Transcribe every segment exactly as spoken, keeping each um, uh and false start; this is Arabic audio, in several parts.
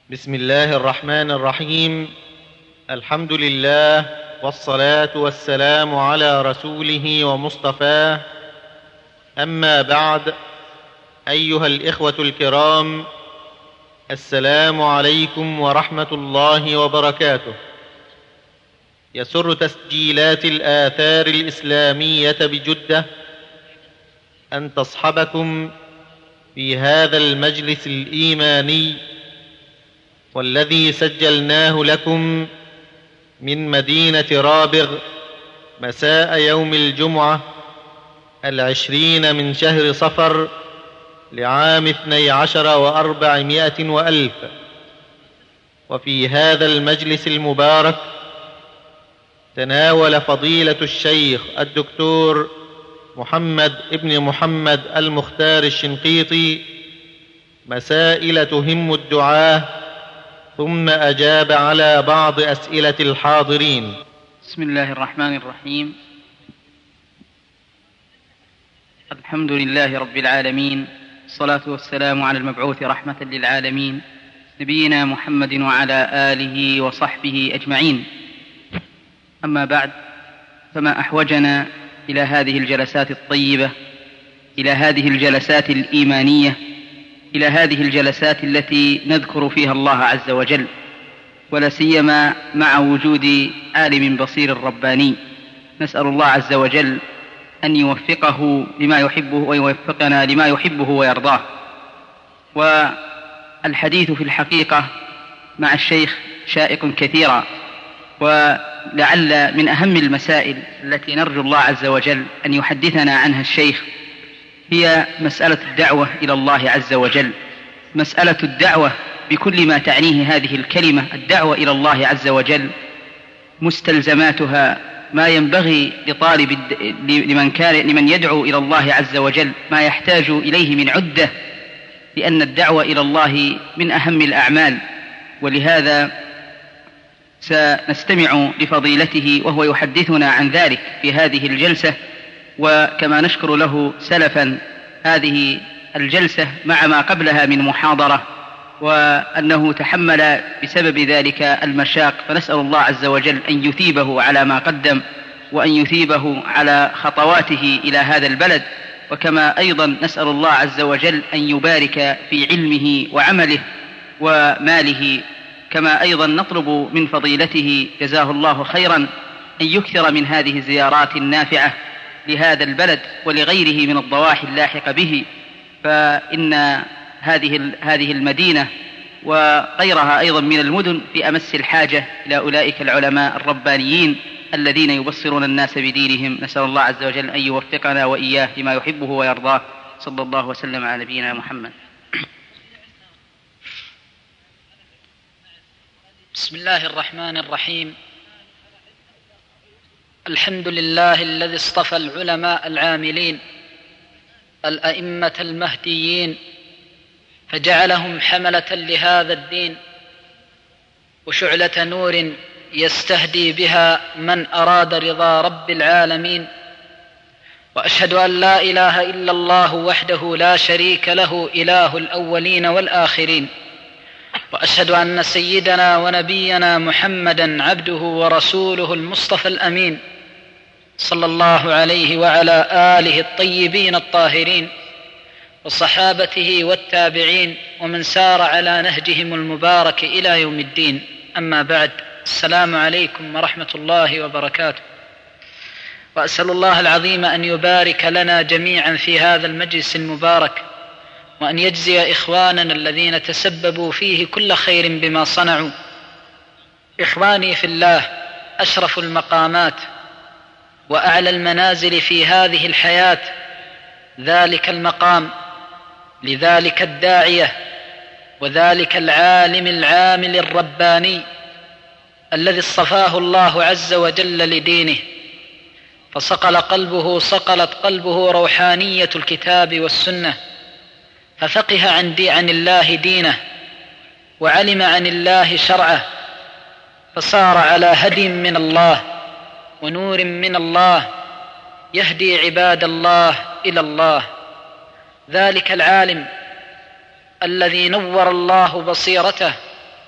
بسم الله الرحمن الرحيم. الحمد لله والصلاة والسلام على رسوله ومصطفاه، أما بعد. أيها الإخوة الكرام، السلام عليكم ورحمة الله وبركاته. يسر تسجيلات الآثار الإسلامية بجدة أن تصحبكم في هذا المجلس الإيماني، والذي سجلناه لكم من مدينة رابغ مساء يوم الجمعة العشرين من شهر صفر لعام اثني عشر وأربعمائة وألف. وفي هذا المجلس المبارك تناول فضيلة الشيخ الدكتور محمد ابن محمد المختار الشنقيطي مسائل تهم الدعاة، ثم أجاب على بعض أسئلة الحاضرين. بسم الله الرحمن الرحيم. الحمد لله رب العالمين، الصلاة والسلام على المبعوث رحمة للعالمين نبينا محمد وعلى آله وصحبه أجمعين. أما بعد، فما أحوجنا إلى هذه الجلسات الطيبة، إلى هذه الجلسات الإيمانية، إلى هذه الجلسات التي نذكر فيها الله عز وجل، ولا سيما مع وجود عالم بصير رباني. نسأل الله عز وجل أن يوفقه لما يحبه ويوفقنا لما يحبه ويرضاه. والحديث في الحقيقة مع الشيخ شائق كثيرا، ولعل من أهم المسائل التي نرجو الله عز وجل أن يحدثنا عنها الشيخ هي مسألة الدعوة إلى الله عز وجل. مسألة الدعوة بكل ما تعنيه هذه الكلمة، الدعوة إلى الله عز وجل، مستلزماتها، ما ينبغي لطالب لمن كان لمن يدعو إلى الله عز وجل، ما يحتاج إليه من عدة، لأن الدعوة إلى الله من أهم الأعمال. ولهذا سنستمع لفضيلته وهو يحدثنا عن ذلك في هذه الجلسة. وكما نشكر له سلفا هذه الجلسة مع ما قبلها من محاضرة، وأنه تحمل بسبب ذلك المشاق، فنسأل الله عز وجل أن يثيبه على ما قدم، وأن يثيبه على خطواته إلى هذا البلد. وكما أيضا نسأل الله عز وجل أن يبارك في علمه وعمله وماله. كما أيضا نطلب من فضيلته جزاه الله خيرا أن يكثر من هذه الزيارات النافعة لهذا البلد ولغيره من الضواحي اللاحقة به، فإن هذه هذه المدينة وغيرها أيضا من المدن في أمس الحاجة إلى أولئك العلماء الربانيين الذين يبصرون الناس بدينهم. نسأل الله عز وجل أن يوفقنا وإياه لما يحبه ويرضاه. صلى الله وسلم على نبينا محمد. بسم الله الرحمن الرحيم. الحمد لله الذي اصطفى العلماء العاملين الأئمة المهديين، فجعلهم حملة لهذا الدين وشعلة نور يستهدي بها من أراد رضا رب العالمين. وأشهد أن لا إله إلا الله وحده لا شريك له، إله الأولين والآخرين. وأشهد أن سيدنا ونبينا محمدًا عبده ورسوله المصطفى الأمين، صلى الله عليه وعلى آله الطيبين الطاهرين وصحابته والتابعين ومن سار على نهجهم المبارك إلى يوم الدين. أما بعد، السلام عليكم ورحمة الله وبركاته. وأسأل الله العظيم أن يبارك لنا جميعا في هذا المجلس المبارك، وأن يجزي إخواننا الذين تسببوا فيه كل خير بما صنعوا. إخواني في الله، أشرف المقامات وأعلى المنازل في هذه الحياة ذلك المقام لذلك الداعية وذلك العالم العامل الرباني الذي اصطفاه الله عز وجل لدينه، فصقل قلبه صقلت قلبه روحانية الكتاب والسنة، ففقه عن, دي عن الله دينه، وعلم عن الله شرعه، فصار على هدي من الله ونور من الله يهدي عباد الله إلى الله. ذلك العالم الذي نور الله بصيرته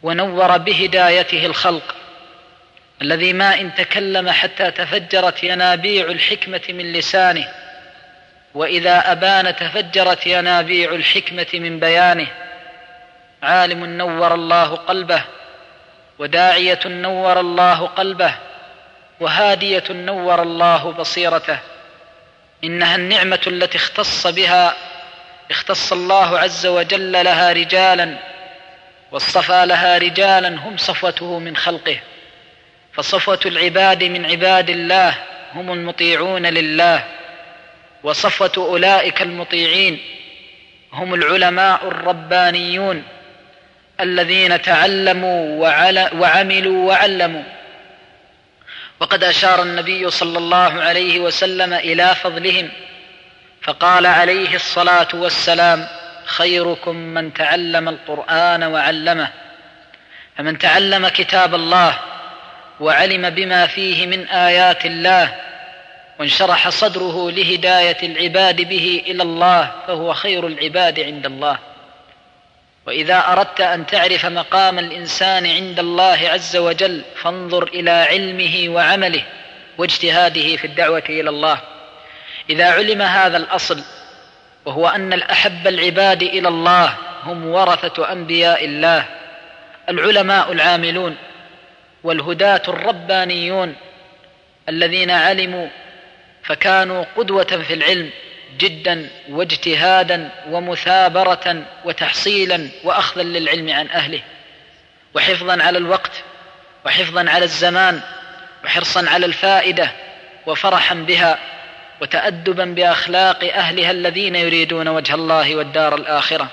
ونور بهدايته الخلق، الذي ما إن تكلم حتى تفجرت ينابيع الحكمة من لسانه، وإذا أبان تفجرت ينابيع الحكمة من بيانه. عالم نور الله قلبه، وداعية نور الله قلبه، وهادية نور الله بصيرته. إنها النعمة التي اختص بها اختص الله عز وجل لها رجالا، واصطفى لها رجالا هم صفوته من خلقه. فصفوة العباد من عباد الله هم المطيعون لله، وصفوة أولئك المطيعين هم العلماء الربانيون الذين تعلموا وعملوا وعلموا. وقد أشار النبي صلى الله عليه وسلم إلى فضلهم فقال عليه الصلاة والسلام: خيركم من تعلم القرآن وعلمه. فمن تعلم كتاب الله وعلم بما فيه من آيات الله وانشرح صدره لهداية العباد به إلى الله فهو خير العباد عند الله. وإذا أردت أن تعرف مقام الإنسان عند الله عز وجل فانظر إلى علمه وعمله واجتهاده في الدعوة إلى الله. إذا علم هذا الأصل، وهو أن الأحب العباد إلى الله هم ورثة أنبياء الله، العلماء العاملون والهداة الربانيون الذين علموا فكانوا قدوة في العلم جدا واجتهادا ومثابرة وتحصيلا وأخذا للعلم عن أهله، وحفظا على الوقت، وحفظا على الزمان، وحرصا على الفائدة، وفرحا بها، وتأدبا بأخلاق أهلها الذين يريدون وجه الله والدار الآخرة.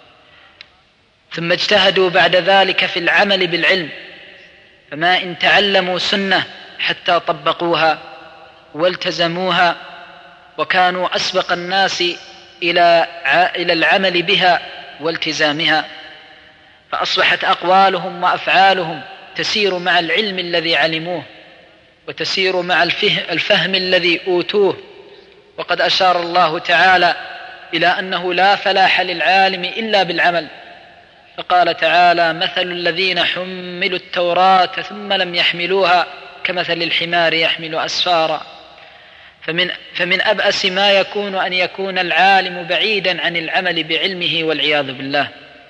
ثم اجتهدوا بعد ذلك في العمل بالعلم، فما إن تعلموا سنة حتى طبقوها والتزموها، وكانوا أسبق الناس إلى إلى العمل بها والتزامها، فأصبحت أقوالهم وأفعالهم تسير مع العلم الذي علموه، وتسير مع الفهم الذي أوتوه. وقد أشار الله تعالى إلى أنه لا فلاح للعالم إلا بالعمل، فقال تعالى: مثل الذين حملوا التوراة ثم لم يحملوها كمثل الحمار يحمل أسفارا. فمن, فمن أبأس ما يكون أن يكون العالم بعيدا عن العمل بعلمه والعياذ بالله.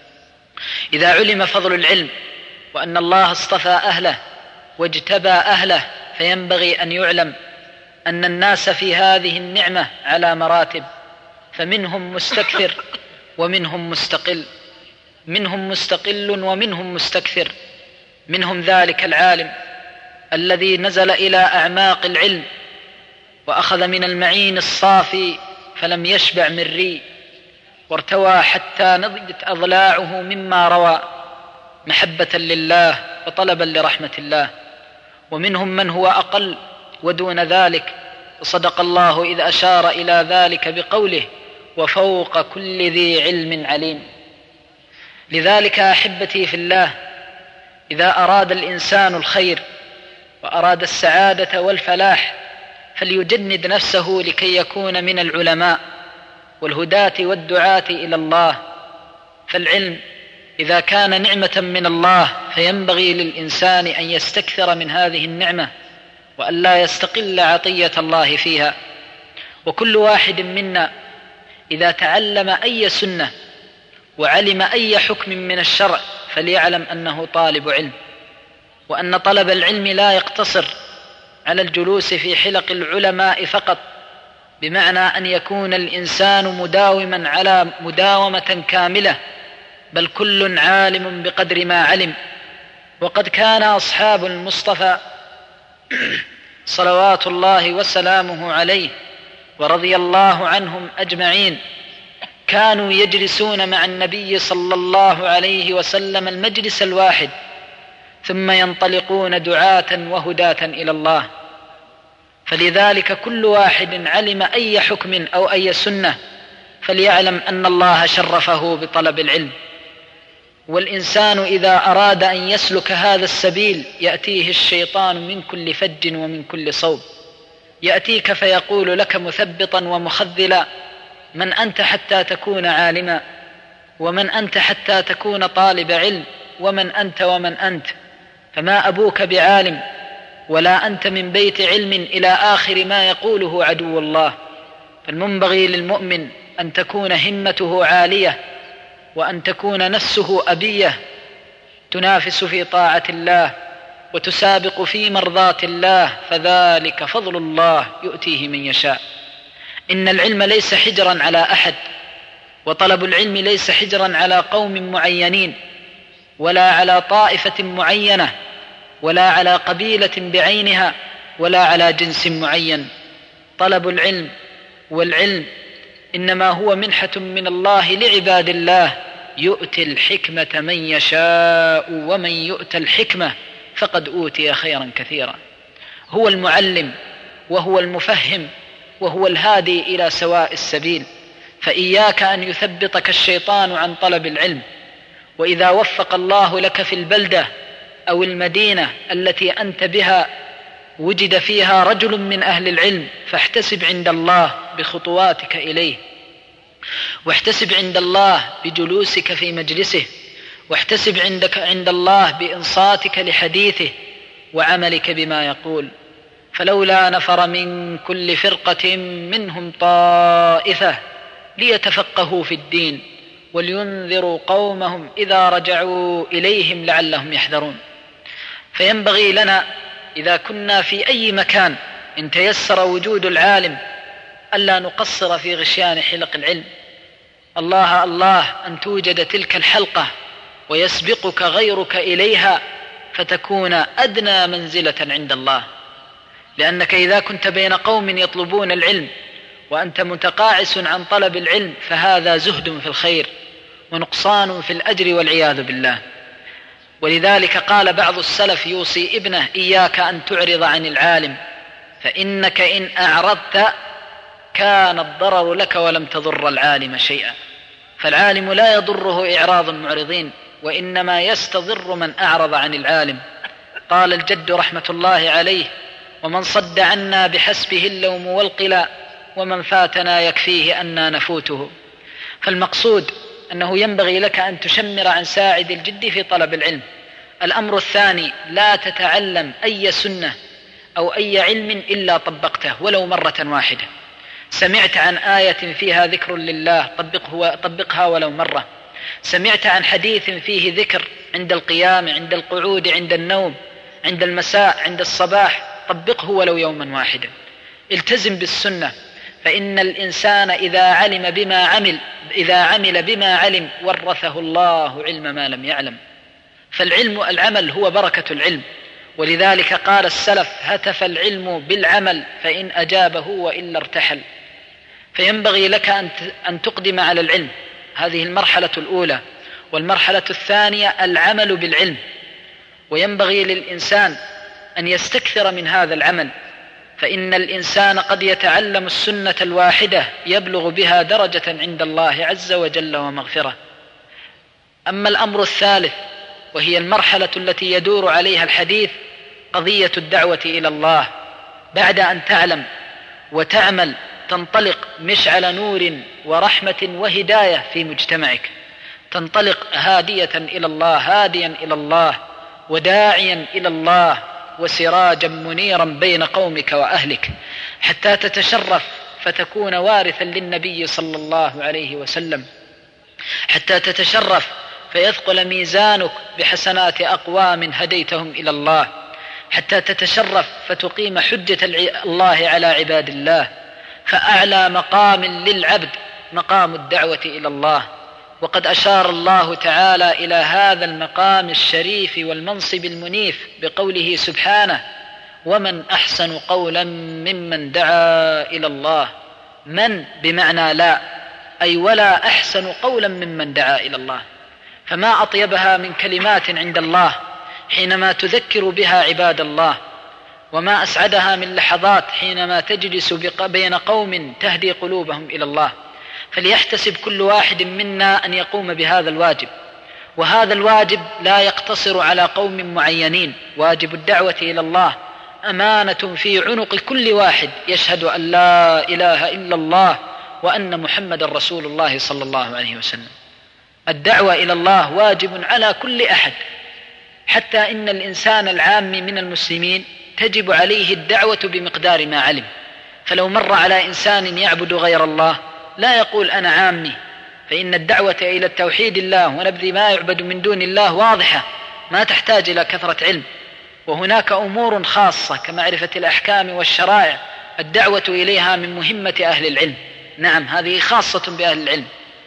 إذا علم فضل العلم وأن الله اصطفى أهله واجتبى أهله، فينبغي أن يعلم أن الناس في هذه النعمة على مراتب، فمنهم مستكثر ومنهم مستقل، منهم مستقل ومنهم مستكثر. منهم ذلك العالم الذي نزل إلى أعماق العلم وأخذ من المعين الصافي فلم يشبع من ري، وارتوى حتى نضجت أضلاعه مما روى محبة لله وطلبا لرحمة الله. ومنهم من هو أقل ودون ذلك، وصدق الله إذ أشار إلى ذلك بقوله: وفوق كل ذي علم عليم. لذلك أحبتي في الله، إذا أراد الإنسان الخير وأراد السعادة والفلاح فليجند نفسه لكي يكون من العلماء والهداة والدعاة إلى الله. فالعلم إذا كان نعمة من الله فينبغي للإنسان أن يستكثر من هذه النعمة وأن لا يستقل عطية الله فيها. وكل واحد منا إذا تعلم أي سنة وعلم أي حكم من الشرع فليعلم أنه طالب علم، وأن طلب العلم لا يقتصر على الجلوس في حلق العلماء فقط، بمعنى أن يكون الإنسان مداوما على مداومة كاملة، بل كل عالم بقدر ما علم. وقد كان أصحاب المصطفى صلوات الله وسلامه عليه ورضي الله عنهم أجمعين كانوا يجلسون مع النبي صلى الله عليه وسلم المجلس الواحد، ثم ينطلقون دعاة وهداة إلى الله. فلذلك كل واحد علم أي حكم أو أي سنة فليعلم أن الله شرفه بطلب العلم. والإنسان إذا أراد أن يسلك هذا السبيل يأتيه الشيطان من كل فج ومن كل صوب، يأتيك فيقول لك مثبطا ومخذلا: من أنت حتى تكون عالما؟ ومن أنت حتى تكون طالب علم؟ ومن أنت ومن أنت، فما أبوك بعالم ولا أنت من بيت علم، إلى آخر ما يقوله عدو الله. فالمنبغي للمؤمن أن تكون همته عالية، وأن تكون نفسه أبية تنافس في طاعة الله وتسابق في مرضاة الله، فذلك فضل الله يؤتيه من يشاء. إن العلم ليس حجرا على أحد، وطلب العلم ليس حجرا على قوم معينين، ولا على طائفة معينة، ولا على قبيلة بعينها، ولا على جنس معين. طلب العلم والعلم إنما هو منحة من الله لعباد الله، يؤتي الحكمة من يشاء، ومن يؤتى الحكمة فقد أوتي خيرا كثيرا. هو المعلم وهو المفهم وهو الهادي إلى سواء السبيل، فإياك أن يثبطك الشيطان عن طلب العلم. وإذا وفق الله لك في البلدة أو المدينة التي أنت بها وجد فيها رجل من أهل العلم، فاحتسب عند الله بخطواتك إليه، واحتسب عند الله بجلوسك في مجلسه، واحتسب عندك عند الله بإنصاتك لحديثه وعملك بما يقول. فلولا نفر من كل فرقة منهم طائفة ليتفقهوا في الدين ولينذروا قومهم إذا رجعوا إليهم لعلهم يحذرون. فينبغي لنا إذا كنا في أي مكان إن تيسر وجود العالم ألا نقصر في غشيان حلق العلم. الله الله أن توجد تلك الحلقة ويسبقك غيرك إليها فتكون أدنى منزلة عند الله، لأنك إذا كنت بين قوم يطلبون العلم وأنت متقاعس عن طلب العلم فهذا زهد في الخير ونقصان في الأجر والعياذ بالله. ولذلك قال بعض السلف يوصي ابنه: إياك أن تعرض عن العالم، فإنك إن أعرضت كان الضرر لك ولم تضر العالم شيئا. فالعالم لا يضره إعراض المعرضين، وإنما يستضر من أعرض عن العالم. قال الجد رحمة الله عليه: ومن صد عنا بحسبه اللوم والقلاء، ومن فاتنا يكفيه أنا نفوته. فالمقصود أنه ينبغي لك أن تشمر عن ساعد الجد في طلب العلم. الأمر الثاني: لا تتعلم أي سنة أو أي علم إلا طبقته ولو مرة واحدة. سمعت عن آية فيها ذكر لله، طبقه طبقها ولو مرة. سمعت عن حديث فيه ذكر عند القيام، عند القعود، عند النوم، عند المساء، عند الصباح، طبقه ولو يوما واحدا. التزم بالسنة، فإن الإنسان إذا علم بما عمل إذا عمل بما علم ورثه الله علم ما لم يعلم. فالعلم العمل هو بركة العلم، ولذلك قال السلف: هتف العلم بالعمل فإن أجابه وإلا ارتحل. فينبغي لك أن تقدم على العلم، هذه المرحلة الأولى. والمرحلة الثانية العمل بالعلم، وينبغي للإنسان أن يستكثر من هذا العمل، فإن الإنسان قد يتعلم السنة الواحدة يبلغ بها درجة عند الله عز وجل ومغفرة. أما الأمر الثالث وهي المرحلة التي يدور عليها الحديث، قضية الدعوة إلى الله. بعد أن تعلم وتعمل تنطلق مشعل نور ورحمة وهداية في مجتمعك، تنطلق هادية إلى الله، هاديا إلى الله وداعيا إلى الله وسراجا منيرا بين قومك وأهلك، حتى تتشرف فتكون وارثا للنبي صلى الله عليه وسلم، حتى تتشرف فيثقل ميزانك بحسنات أقوام هديتهم إلى الله، حتى تتشرف فتقيم حجة الله على عباد الله. فأعلى مقام للعبد مقام الدعوة إلى الله، وقد أشار الله تعالى إلى هذا المقام الشريف والمنصب المنيف بقوله سبحانه: ومن أحسن قولا ممن دعا إلى الله. من بمعنى لا، أي ولا أحسن قولا ممن دعا إلى الله. فما أطيبها من كلمات عند الله حينما تذكر بها عباد الله، وما أسعدها من لحظات حينما تجلس بين قوم تهدي قلوبهم إلى الله. فليحتسب كل واحد منا أن يقوم بهذا الواجب، وهذا الواجب لا يقتصر على قوم معينين. واجب الدعوة إلى الله أمانة في عنق كل واحد يشهد أن لا إله إلا الله وأن محمد رسول الله صلى الله عليه وسلم. الدعوة إلى الله واجب على كل أحد، حتى إن الإنسان العام من المسلمين تجب عليه الدعوة بمقدار ما علم. فلو مر على إنسان يعبد غير الله لا يقول أنا عامي، فإن الدعوة إلى التوحيد الله ونبذ ما يعبد من دون الله واضحة، ما تحتاج إلى كثرة علم. وهناك أمور خاصة كمعرفة الأحكام والشرائع الدعوة إليها من مهمة أهل العلم، نعم هذه خاصة بأهل العلم،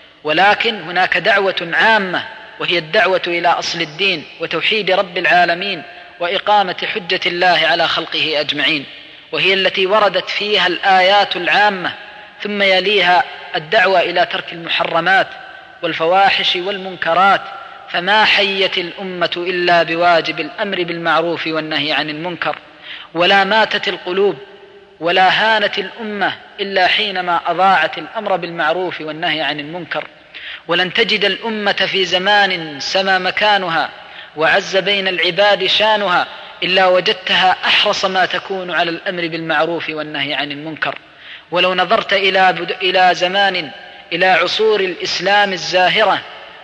ولكن هناك دعوة عامة وهي الدعوة إلى أصل الدين وتوحيد رب العالمين وإقامة حجة الله على خلقه أجمعين، وهي التي وردت فيها الآيات العامة. ثم يليها الدعوة إلى ترك المحرمات والفواحش والمنكرات، فما حيت الأمة إلا بواجب الأمر بالمعروف والنهي عن المنكر، ولا ماتت القلوب ولا هانت الأمة إلا حينما أضاعت الأمر بالمعروف والنهي عن المنكر. ولن تجد الأمة في زمان سما مكانها وعز بين العباد شانها إلا وجدتها أحرص ما تكون على الأمر بالمعروف والنهي عن المنكر. ولو نظرت إلى, إلى زمان إلى عصور الإسلام الزاهرة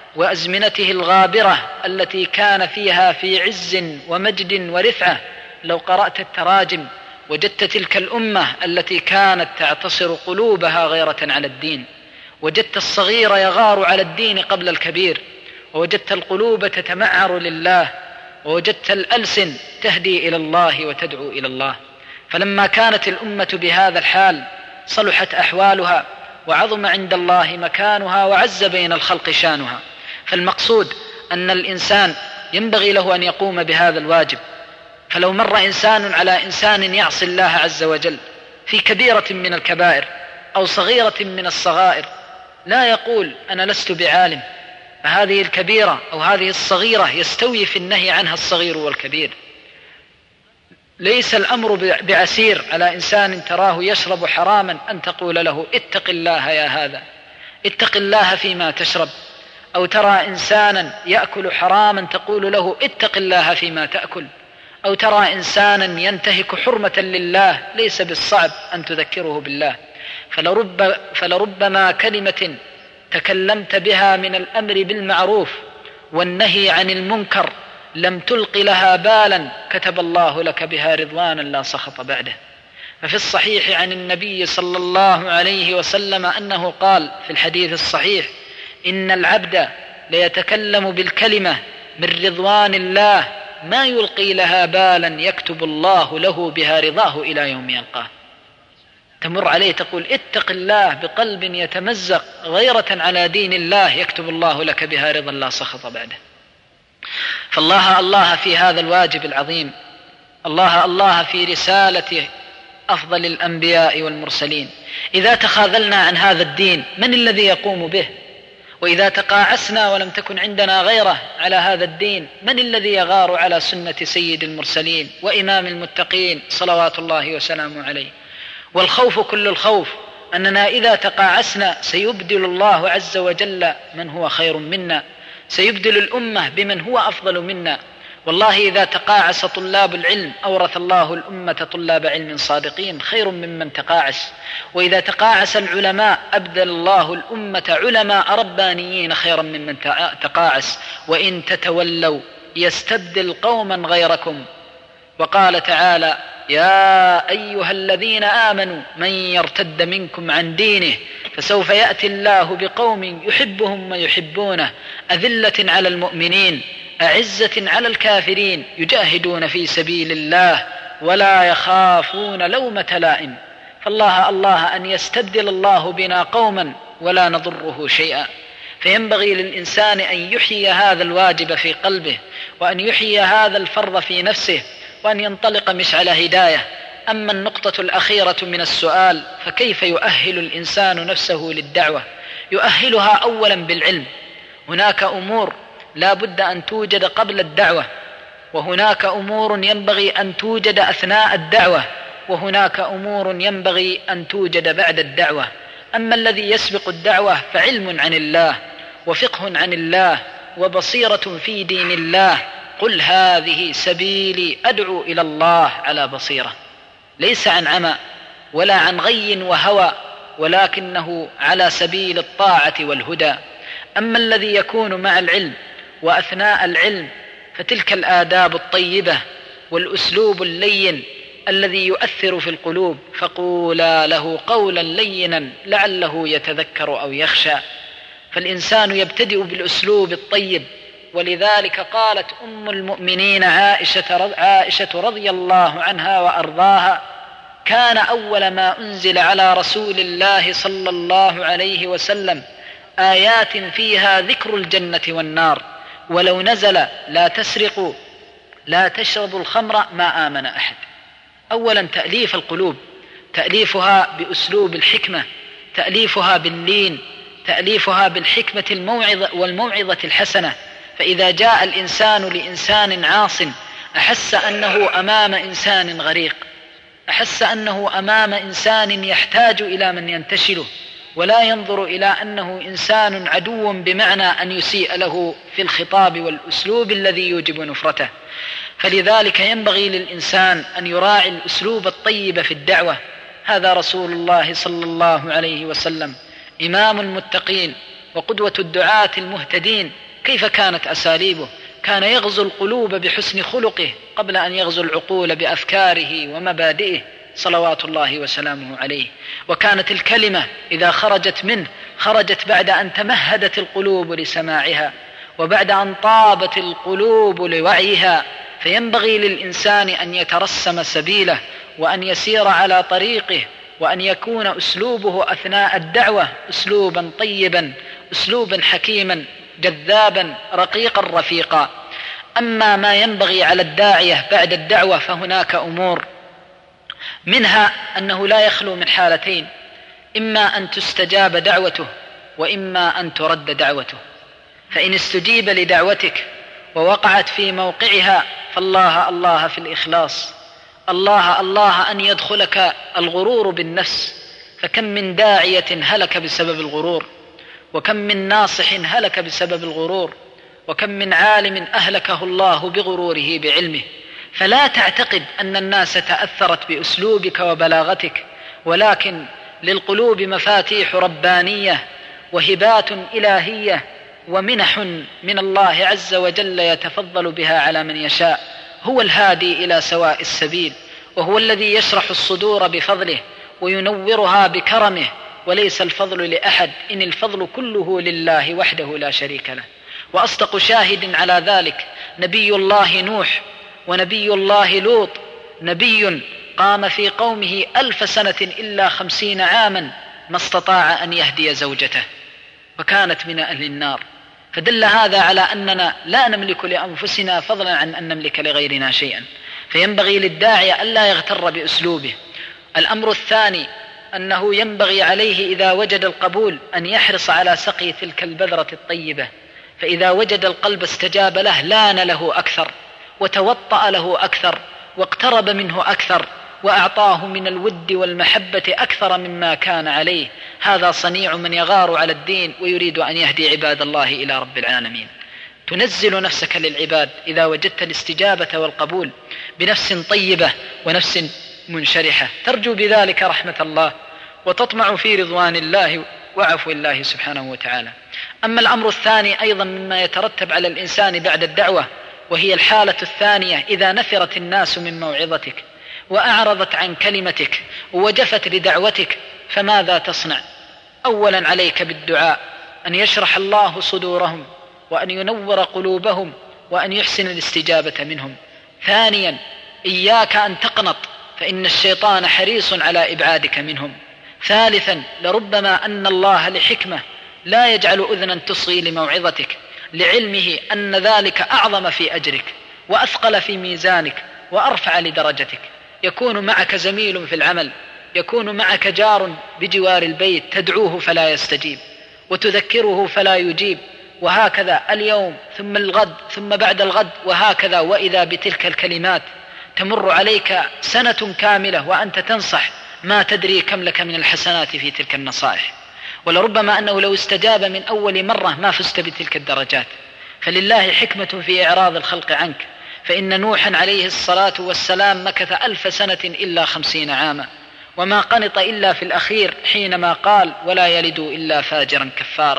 وأزمنته الغابرة التي كان فيها في عز ومجد ورفعة، لو قرأت التراجم وجدت تلك الأمة التي كانت تعتصر قلوبها غيرة على الدين، وجدت الصغير يغار على الدين قبل الكبير، ووجدت القلوب تتمعر لله، ووجدت الألسن تهدي إلى الله وتدعو إلى الله. فلما كانت الأمة بهذا الحال صلحت أحوالها وعظم عند الله مكانها وعز بين الخلق شانها. فالمقصود أن الإنسان ينبغي له أن يقوم بهذا الواجب. فلو مر إنسان على إنسان يعصي الله عز وجل في كبيرة من الكبائر أو صغيرة من الصغائر لا يقول أنا لست بعالم، فهذه الكبيرة أو هذه الصغيرة يستوي في النهي عنها الصغير والكبير. ليس الأمر بعسير على إنسان تراه يشرب حراما أن تقول له اتق الله يا هذا، اتق الله فيما تشرب. أو ترى إنسانا يأكل حراما تقول له اتق الله فيما تأكل. أو ترى إنسانا ينتهك حرمة لله ليس بالصعب أن تذكره بالله. فلرب فلربما كلمة تكلمت بها من الأمر بالمعروف والنهي عن المنكر لم تلق لها بالا كتب الله لك بها رضوانا لا سخط بعده. ففي الصحيح عن النبي صلى الله عليه وسلم أنه قال في الحديث الصحيح: إن العبد ليتكلم بالكلمة من رضوان الله ما يلقي لها بالا يكتب الله له بها رضاه إلى يوم يلقاه. تمر عليه تقول اتق الله بقلب يتمزق غيرة على دين الله يكتب الله لك بها رضا لا سخط بعده. فالله الله في هذا الواجب العظيم، الله الله في رسالة أفضل الأنبياء والمرسلين. إذا تخاذلنا عن هذا الدين من الذي يقوم به؟ وإذا تقاعسنا ولم تكن عندنا غيره على هذا الدين من الذي يغار على سنة سيد المرسلين وإمام المتقين صلوات الله وسلامه عليه؟ والخوف كل الخوف أننا إذا تقاعسنا سيبدل الله عز وجل من هو خير منا، سيبدل الأمة بمن هو أفضل منا. والله إذا تقاعس طلاب العلم أورث الله الأمة طلاب علم صادقين خير ممن تقاعس. وإذا تقاعس العلماء أبدل الله الأمة علماء ربانيين خيرا ممن تقاعس. وإن تتولوا يستبدل قوما غيركم. وقال تعالى: يا أيها الذين آمنوا من يرتد منكم عن دينه فسوف يأتي الله بقوم يحبهم ويحبونه أذلة على المؤمنين أعزة على الكافرين يجاهدون في سبيل الله ولا يخافون لومة لائم. فالله الله أن يستبدل الله بنا قوما ولا نضره شيئا. فينبغي للإنسان أن يحيي هذا الواجب في قلبه، وأن يحيي هذا الفرض في نفسه، وأن ينطلق مشعل هداية. أما النقطة الأخيرة من السؤال فكيف يؤهل الإنسان نفسه للدعوة؟ يؤهلها أولا بالعلم. هناك أمور لا بد أن توجد قبل الدعوة، وهناك أمور ينبغي أن توجد أثناء الدعوة، وهناك أمور ينبغي أن توجد بعد الدعوة. أما الذي يسبق الدعوة فعلم عن الله وفقه عن الله وبصيرة في دين الله. قل هذه سبيلي أدعو إلى الله على بصيرة، ليس عن عمى ولا عن غي وهوى، ولكنه على سبيل الطاعة والهدى. أما الذي يكون مع العلم وأثناء العلم فتلك الآداب الطيبة والأسلوب اللين الذي يؤثر في القلوب، فقولا له قولا لينا لعله يتذكر أو يخشى. فالإنسان يبتدئ بالأسلوب الطيب، ولذلك قالت أم المؤمنين عائشة, عائشة رضي الله عنها وأرضاها: كان أول ما أنزل على رسول الله صلى الله عليه وسلم آيات فيها ذكر الجنة والنار، ولو نزل لا تسرقوا لا تشربوا الخمر ما آمن أحد. أولا تأليف القلوب، تأليفها بأسلوب الحكمة، تأليفها باللين، تأليفها بالحكمة الموعظة والموعظة الحسنة. فإذا جاء الإنسان لإنسان عاص أحس أنه أمام إنسان غريق، أحس أنه أمام إنسان يحتاج إلى من ينتشله، ولا ينظر إلى أنه إنسان عدو بمعنى أن يسيء له في الخطاب والأسلوب الذي يوجب نفرته. فلذلك ينبغي للإنسان أن يراعي الأسلوب الطيب في الدعوة. هذا رسول الله صلى الله عليه وسلم إمام المتقين وقدوة الدعاة المهتدين. كيف كانت أساليبه؟ كان يغزو القلوب بحسن خلقه قبل أن يغزو العقول بأفكاره ومبادئه صلوات الله وسلامه عليه. وكانت الكلمة إذا خرجت منه خرجت بعد أن تمهدت القلوب لسماعها، وبعد أن طابت القلوب لوعيها. فينبغي للإنسان أن يترسم سبيله، وأن يسير على طريقه، وأن يكون أسلوبه أثناء الدعوة أسلوبا طيبا، أسلوبا حكيما، جذابا، رقيقا، رفيقا. أما ما ينبغي على الداعية بعد الدعوة فهناك أمور، منها أنه لا يخلو من حالتين: إما أن تستجاب دعوته، وإما أن ترد دعوته. فإن استجيب لدعوتك ووقعت في موقعها فالله الله في الإخلاص، الله الله أن يدخلك الغرور بالنفس. فكم من داعية هلك بسبب الغرور، وكم من ناصح هلك بسبب الغرور، وكم من عالم أهلكه الله بغروره بعلمه. فلا تعتقد أن الناس تأثرت بأسلوبك وبلاغتك، ولكن للقلوب مفاتيح ربانية وهبات إلهية ومنح من الله عز وجل يتفضل بها على من يشاء. هو الهادي إلى سواء السبيل، وهو الذي يشرح الصدور بفضله وينورها بكرمه، وليس الفضل لأحد، إن الفضل كله لله وحده لا شريك له. وأصدق شاهد على ذلك نبي الله نوح ونبي الله لوط، نبي قام في قومه ألف سنة إلا خمسين عاما ما استطاع أن يهدي زوجته، وكانت من أهل النار. فدل هذا على أننا لا نملك لأنفسنا فضلا عن أن نملك لغيرنا شيئا. فينبغي للداعية ألا يغتر بأسلوبه. الأمر الثاني أنه ينبغي عليه إذا وجد القبول أن يحرص على سقي تلك البذرة الطيبة، فإذا وجد القلب استجاب له لان له أكثر، وتوطأ له أكثر، واقترب منه أكثر، وأعطاه من الود والمحبة أكثر مما كان عليه. هذا صنيع من يغار على الدين ويريد أن يهدي عباد الله إلى رب العالمين. تنزل نفسك للعباد إذا وجدت الاستجابة والقبول بنفس طيبة ونفس منشرحة، ترجو بذلك رحمة الله وتطمع في رضوان الله وعفو الله سبحانه وتعالى. أما الأمر الثاني أيضا مما يترتب على الإنسان بعد الدعوة، وهي الحالة الثانية: إذا نفرت الناس من موعظتك وأعرضت عن كلمتك ووجفت لدعوتك فماذا تصنع؟ أولا عليك بالدعاء أن يشرح الله صدورهم، وأن ينور قلوبهم، وأن يحسن الاستجابة منهم. ثانيا إياك أن تقنط، فإن الشيطان حريص على إبعادك منهم. ثالثا لربما أن الله لحكمة لا يجعل أذنا تصغي لموعظتك، لعلمه أن ذلك أعظم في أجرك وأثقل في ميزانك وأرفع لدرجتك. يكون معك زميل في العمل، يكون معك جار بجوار البيت، تدعوه فلا يستجيب، وتذكره فلا يجيب، وهكذا اليوم ثم الغد ثم بعد الغد، وهكذا. وإذا بتلك الكلمات تمر عليك سنة كاملة وأنت تنصح، ما تدري كم لك من الحسنات في تلك النصائح. ولربما أنه لو استجاب من أول مرة ما فزت بتلك الدرجات. فلله حكمة في إعراض الخلق عنك. فإن نوحا عليه الصلاة والسلام مكث ألف سنة إلا خمسين عاما، وما قنط إلا في الأخير حينما قال: ولا يلد إلا فاجرا كفارا.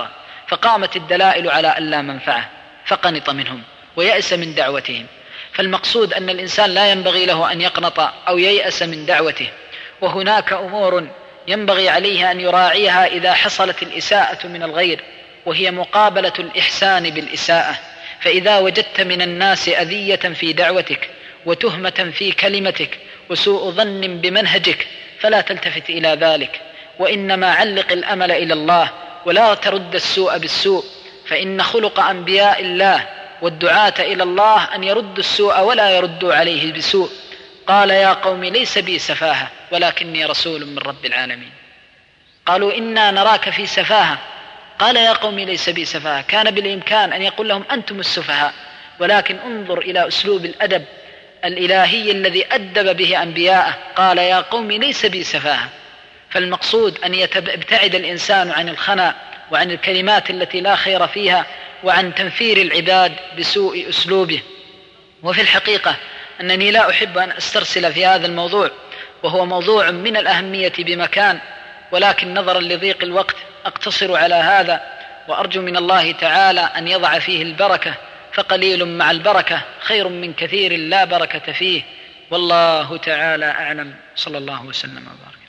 فقامت الدلائل على أن لا منفعة فقنط منهم ويأس من دعوتهم. فالمقصود أن الإنسان لا ينبغي له أن يقنط أو ييأس من دعوته، وهناك أمور ينبغي عليه أن يراعيها إذا حصلت الإساءة من الغير، وهي مقابلة الإحسان بالإساءة. فإذا وجدت من الناس أذية في دعوتك وتهمة في كلمتك وسوء ظن بمنهجك فلا تلتفت إلى ذلك، وإنما علق الأمل إلى الله ولا ترد السوء بالسوء، فإن خلق أنبياء الله والدعاة إلى الله أن يردوا السوء ولا يردوا عليه بسوء. قال يا قوم ليس بي سفاهة ولكني رسول من رب العالمين. قالوا إنا نراك في سفاهة، قال يا قوم ليس بي سفاهة. كان بالإمكان أن يقول لهم أنتم السفهاء، ولكن انظر إلى أسلوب الأدب الإلهي الذي أدب به أنبياءه، قال يا قوم ليس بي سفاهة. فالمقصود أن يبتعد الإنسان عن الخنا وعن الكلمات التي لا خير فيها وعن تنفير العباد بسوء أسلوبه. وفي الحقيقة أنني لا أحب أن أسترسل في هذا الموضوع، وهو موضوع من الأهمية بمكان، ولكن نظرا لضيق الوقت أقتصر على هذا، وأرجو من الله تعالى أن يضع فيه البركة، فقليل مع البركة خير من كثير لا بركة فيه، والله تعالى أعلم. صلى الله وسلم وبارك.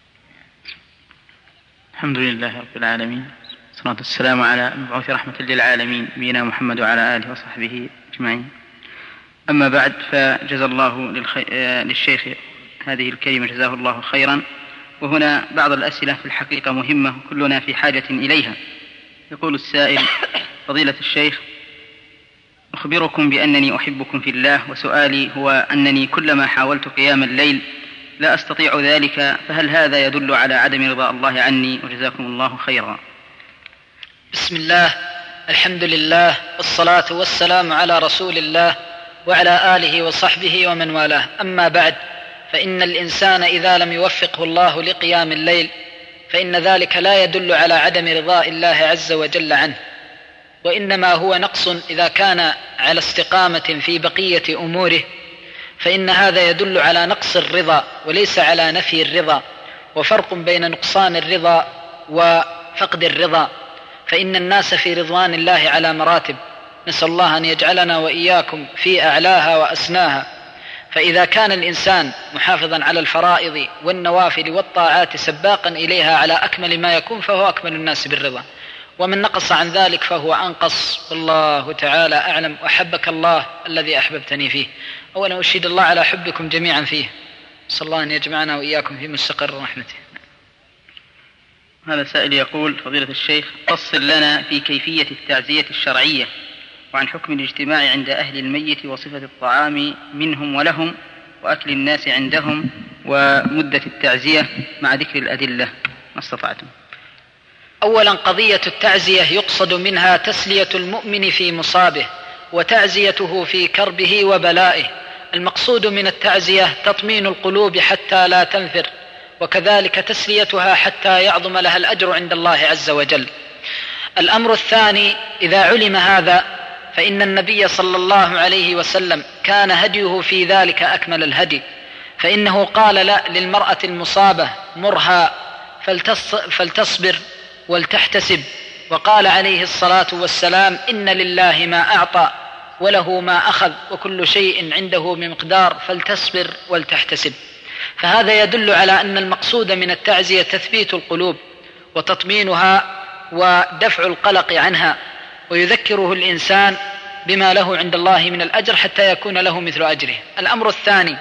الحمد لله رب العالمين، والصلاة والسلام على مبعوث رحمة للعالمين نبينا محمد وعلى آله وصحبه أجمعين. أما بعد، فجزا الله للخي... للشيخ هذه الكلمة جزاه الله خيرا. وهنا بعض الأسئلة في الحقيقة مهمة كلنا في حاجة إليها. يقول السائل: فضيلة الشيخ، أخبركم بأنني أحبكم في الله، وسؤالي هو أنني كلما حاولت قيام الليل لا أستطيع ذلك، فهل هذا يدل على عدم رضا الله عني؟ وجزاكم الله خيرا. بسم الله، الحمد لله، والصلاة والسلام على رسول الله وعلى آله وصحبه ومن والاه. أما بعد، فإن الإنسان إذا لم يوفقه الله لقيام الليل فإن ذلك لا يدل على عدم رضاء الله عز وجل عنه، وإنما هو نقص إذا كان على استقامة في بقية أموره، فإن هذا يدل على نقص الرضا وليس على نفي الرضا. وفرق بين نقصان الرضا وفقد الرضا، فإن الناس في رضوان الله على مراتب، نسأل الله أن يجعلنا وإياكم في أعلاها وأسناها. فإذا كان الإنسان محافظا على الفرائض والنوافل والطاعات سباقا إليها على أكمل ما يكون فهو أكمل الناس بالرضا، ومن نقص عن ذلك فهو أنقص، والله تعالى أعلم. أحبك الله الذي أحببتني فيه. أولا أشهد الله على حبكم جميعا فيه، صلى الله أن يجمعنا وإياكم في مستقر رحمته. هذا سائل يقول: فضيلة الشيخ، فصل لنا في كيفية التعزية الشرعية، وعن حكم الاجتماع عند أهل الميت، وصفة الطعام منهم ولهم، وأكل الناس عندهم، ومدة التعزية، مع ذكر الأدلة ما استطعتم. أولا، قضية التعزية يقصد منها تسلية المؤمن في مصابه وتعزيته في كربه وبلائه. المقصود من التعزية تطمين القلوب حتى لا تنفر، وكذلك تسليتها حتى يعظم لها الأجر عند الله عز وجل. الأمر الثاني، إذا علم هذا فإن النبي صلى الله عليه وسلم كان هديه في ذلك أكمل الهدي، فإنه قال لا للمرأة المصابة: مرها فلتصبر ولتحتسب. وقال عليه الصلاة والسلام: إن لله ما أعطى وله ما أخذ وكل شيء عنده بمقدار، فلتصبر ولتحتسب. فهذا يدل على أن المقصود من التعزية تثبيت القلوب وتطمينها ودفع القلق عنها، ويذكره الإنسان بما له عند الله من الأجر حتى يكون له مثل أجره. الأمر الثاني،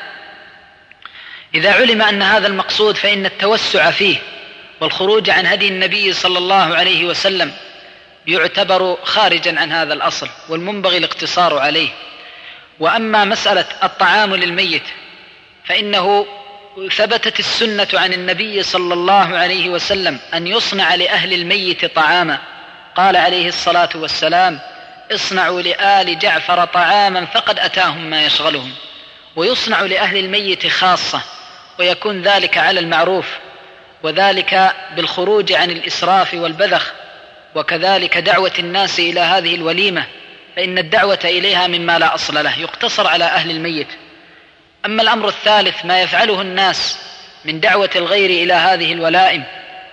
إذا علم أن هذا المقصود فإن التوسع فيه والخروج عن هدي النبي صلى الله عليه وسلم يعتبر خارجا عن هذا الأصل، والمنبغي الاقتصار عليه. وأما مسألة الطعام للميت فإنه ثبتت السنة عن النبي صلى الله عليه وسلم أن يصنع لأهل الميت طعاما. قال عليه الصلاة والسلام: اصنعوا لآل جعفر طعاما فقد أتاهم ما يشغلهم. ويصنع لأهل الميت خاصة، ويكون ذلك على المعروف، وذلك بالخروج عن الإسراف والبذخ، وكذلك دعوة الناس إلى هذه الوليمة، فإن الدعوة إليها مما لا أصل له، يقتصر على أهل الميت. أما الأمر الثالث، ما يفعله الناس من دعوة الغير إلى هذه الولائم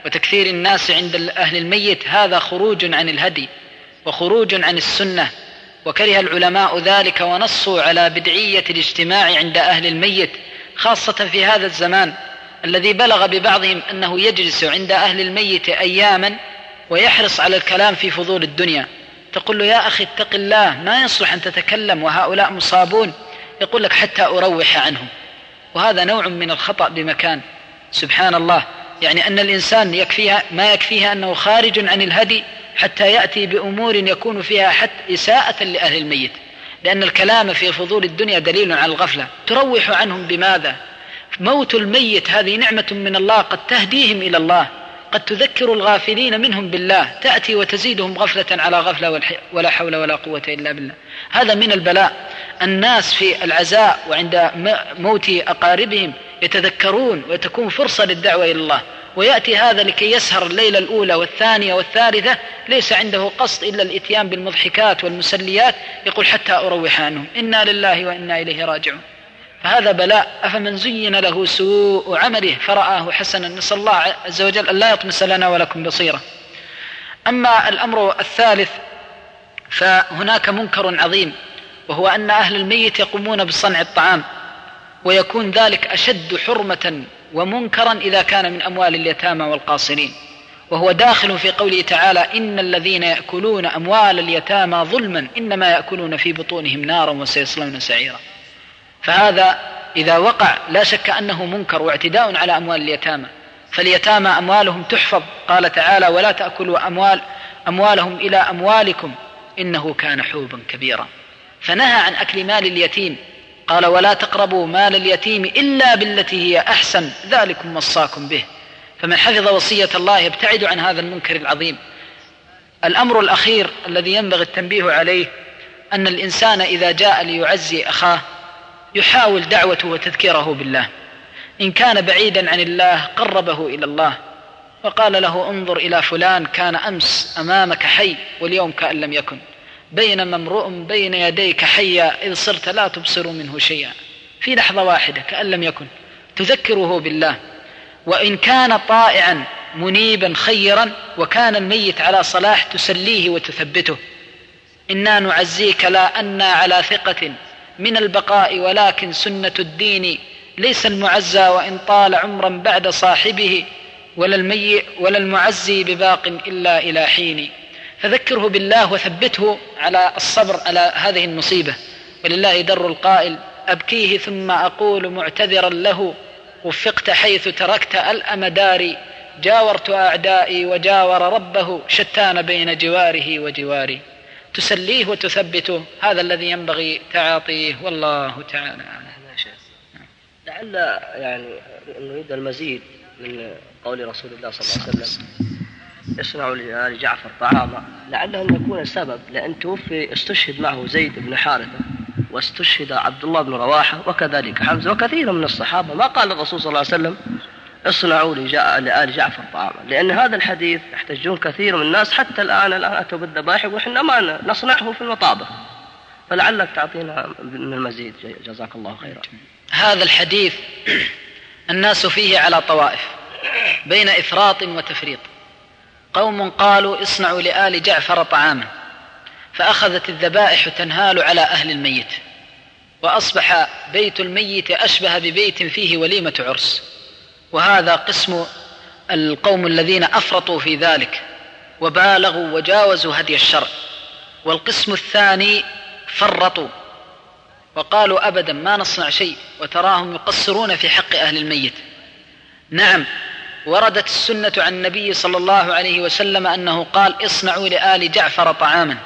وتكثير الناس عند أهل الميت هذا خروج عن الهدي وخروج عن السنة، وكره العلماء ذلك ونصوا على بدعية الاجتماع عند أهل الميت، خاصة في هذا الزمان الذي بلغ ببعضهم أنه يجلس عند أهل الميت أياما ويحرص على الكلام في فضول الدنيا. تقول له يا أخي اتق الله، ما يصلح أن تتكلم وهؤلاء مصابون. يقول لك حتى أروح عنهم، وهذا نوع من الخطأ بمكان. سبحان الله، يعني أن الإنسان يكفيها ما يكفيها أنه خارج عن الهدي حتى يأتي بأمور يكون فيها حتى إساءة لأهل الميت، لأن الكلام في فضول الدنيا دليل على الغفلة. تروح عنهم بماذا؟ موت الميت هذه نعمة من الله قد تهديهم إلى الله، قد تذكر الغافلين منهم بالله، تأتي وتزيدهم غفلة على غفلة ولا حول ولا قوة إلا بالله. هذا من البلاء. الناس في العزاء وعند موت أقاربهم يتذكرون وتكون فرصة للدعوة إلى الله، ويأتي هذا لكي يسهر الليلة الأولى والثانية والثالثة ليس عنده قصد إلا الإتيان بالمضحكات والمسليات، يقول حتى أروح عنهم، إنا لله وإنا إليه راجعون. فهذا بلاء. أفمن زين له سوء عمله فرآه حسنا، نسأل الله عز وجل أن لا يطمس لنا ولكم بصيرة. أما الأمر الثالث فهناك منكر عظيم، وهو أن أهل الميت يقومون بصنع الطعام، ويكون ذلك أشد حرمة ومنكرا إذا كان من أموال اليتامى والقاصرين، وهو داخل في قوله تعالى إن الذين يأكلون أموال اليتامى ظلما إنما يأكلون في بطونهم نارا وسيصلون سعيرا. فهذا إذا وقع لا شك أنه منكر واعتداء على أموال اليتامى، فاليتامى أموالهم تحفظ، قال تعالى ولا تأكلوا أموال أموالهم إلى أموالكم إنه كان حوبا كبيرا. فنهى عن أكل مال اليتيم، قال ولا تقربوا مال اليتيم إلا بالتي هي أحسن ذلكم وصاكم به. فمن حفظ وصية الله يبتعد عن هذا المنكر العظيم. الأمر الأخير الذي ينبغي التنبيه عليه أن الإنسان إذا جاء ليعزي أخاه يحاول دعوته وتذكيره بالله، إن كان بعيدا عن الله قربه إلى الله، وقال له انظر إلى فلان كان أمس أمامك حي واليوم كأن لم يكن، بينما امرؤ بين يديك حيا إذ صرت لا تبصر منه شيئا، في لحظة واحدة كأن لم يكن، تذكره بالله. وإن كان طائعا منيبا خيرا وكان الميت على صلاح تسليه وتثبته، إنا نعزيك لا أنا على ثقة من البقاء ولكن سنة الدين ليس المعزى وإن طال عمرا بعد صاحبه ولا المي ولا المعزي بباق إلا إلى حين. فذكره بالله وثبته على الصبر على هذه المصيبة. ولله در القائل أبكيه ثم أقول معتذرا له وفقت حيث تركت الأمدار، جاورت أعدائي وجاور ربه شتان بين جواره وجواري. تسليه وتثبته، هذا الذي ينبغي تعاطيه، والله تعالى أعلم. لعل يعني نريد المزيد من قول رسول الله صلى الله عليه وسلم يصنع لآل جعفر طعاما، لعله أن يكون السبب، لأن توفي استشهد معه زيد بن حارثة واستشهد عبد الله بن رواحة وكذلك حمزة وكثير من الصحابة، ما قال الرسول صلى الله عليه وسلم اصنعوا لآل جعفر طعاما، لأن هذا الحديث يحتجون كثير من الناس حتى الآن الآن أتوا بالذبائح وإحنا ما نصنعه في المطابخ، فلعلك تعطينا من المزيد، جزاك الله خيرا. هذا الحديث الناس فيه على طوائف بين إفراط وتفريط. قوم قالوا اصنعوا لآل جعفر طعاما، فأخذت الذبائح تنهال على أهل الميت، وأصبح بيت الميت أشبه ببيت فيه وليمة عرس. وهذا قسم القوم الذين أفرطوا في ذلك وبالغوا وجاوزوا هدي الشرع. والقسم الثاني فرطوا وقالوا أبدا ما نصنع شيء، وتراهم يقصرون في حق أهل الميت. نعم، وردت السنة عن النبي صلى الله عليه وسلم أنه قال اصنعوا لآل جعفر طعاما،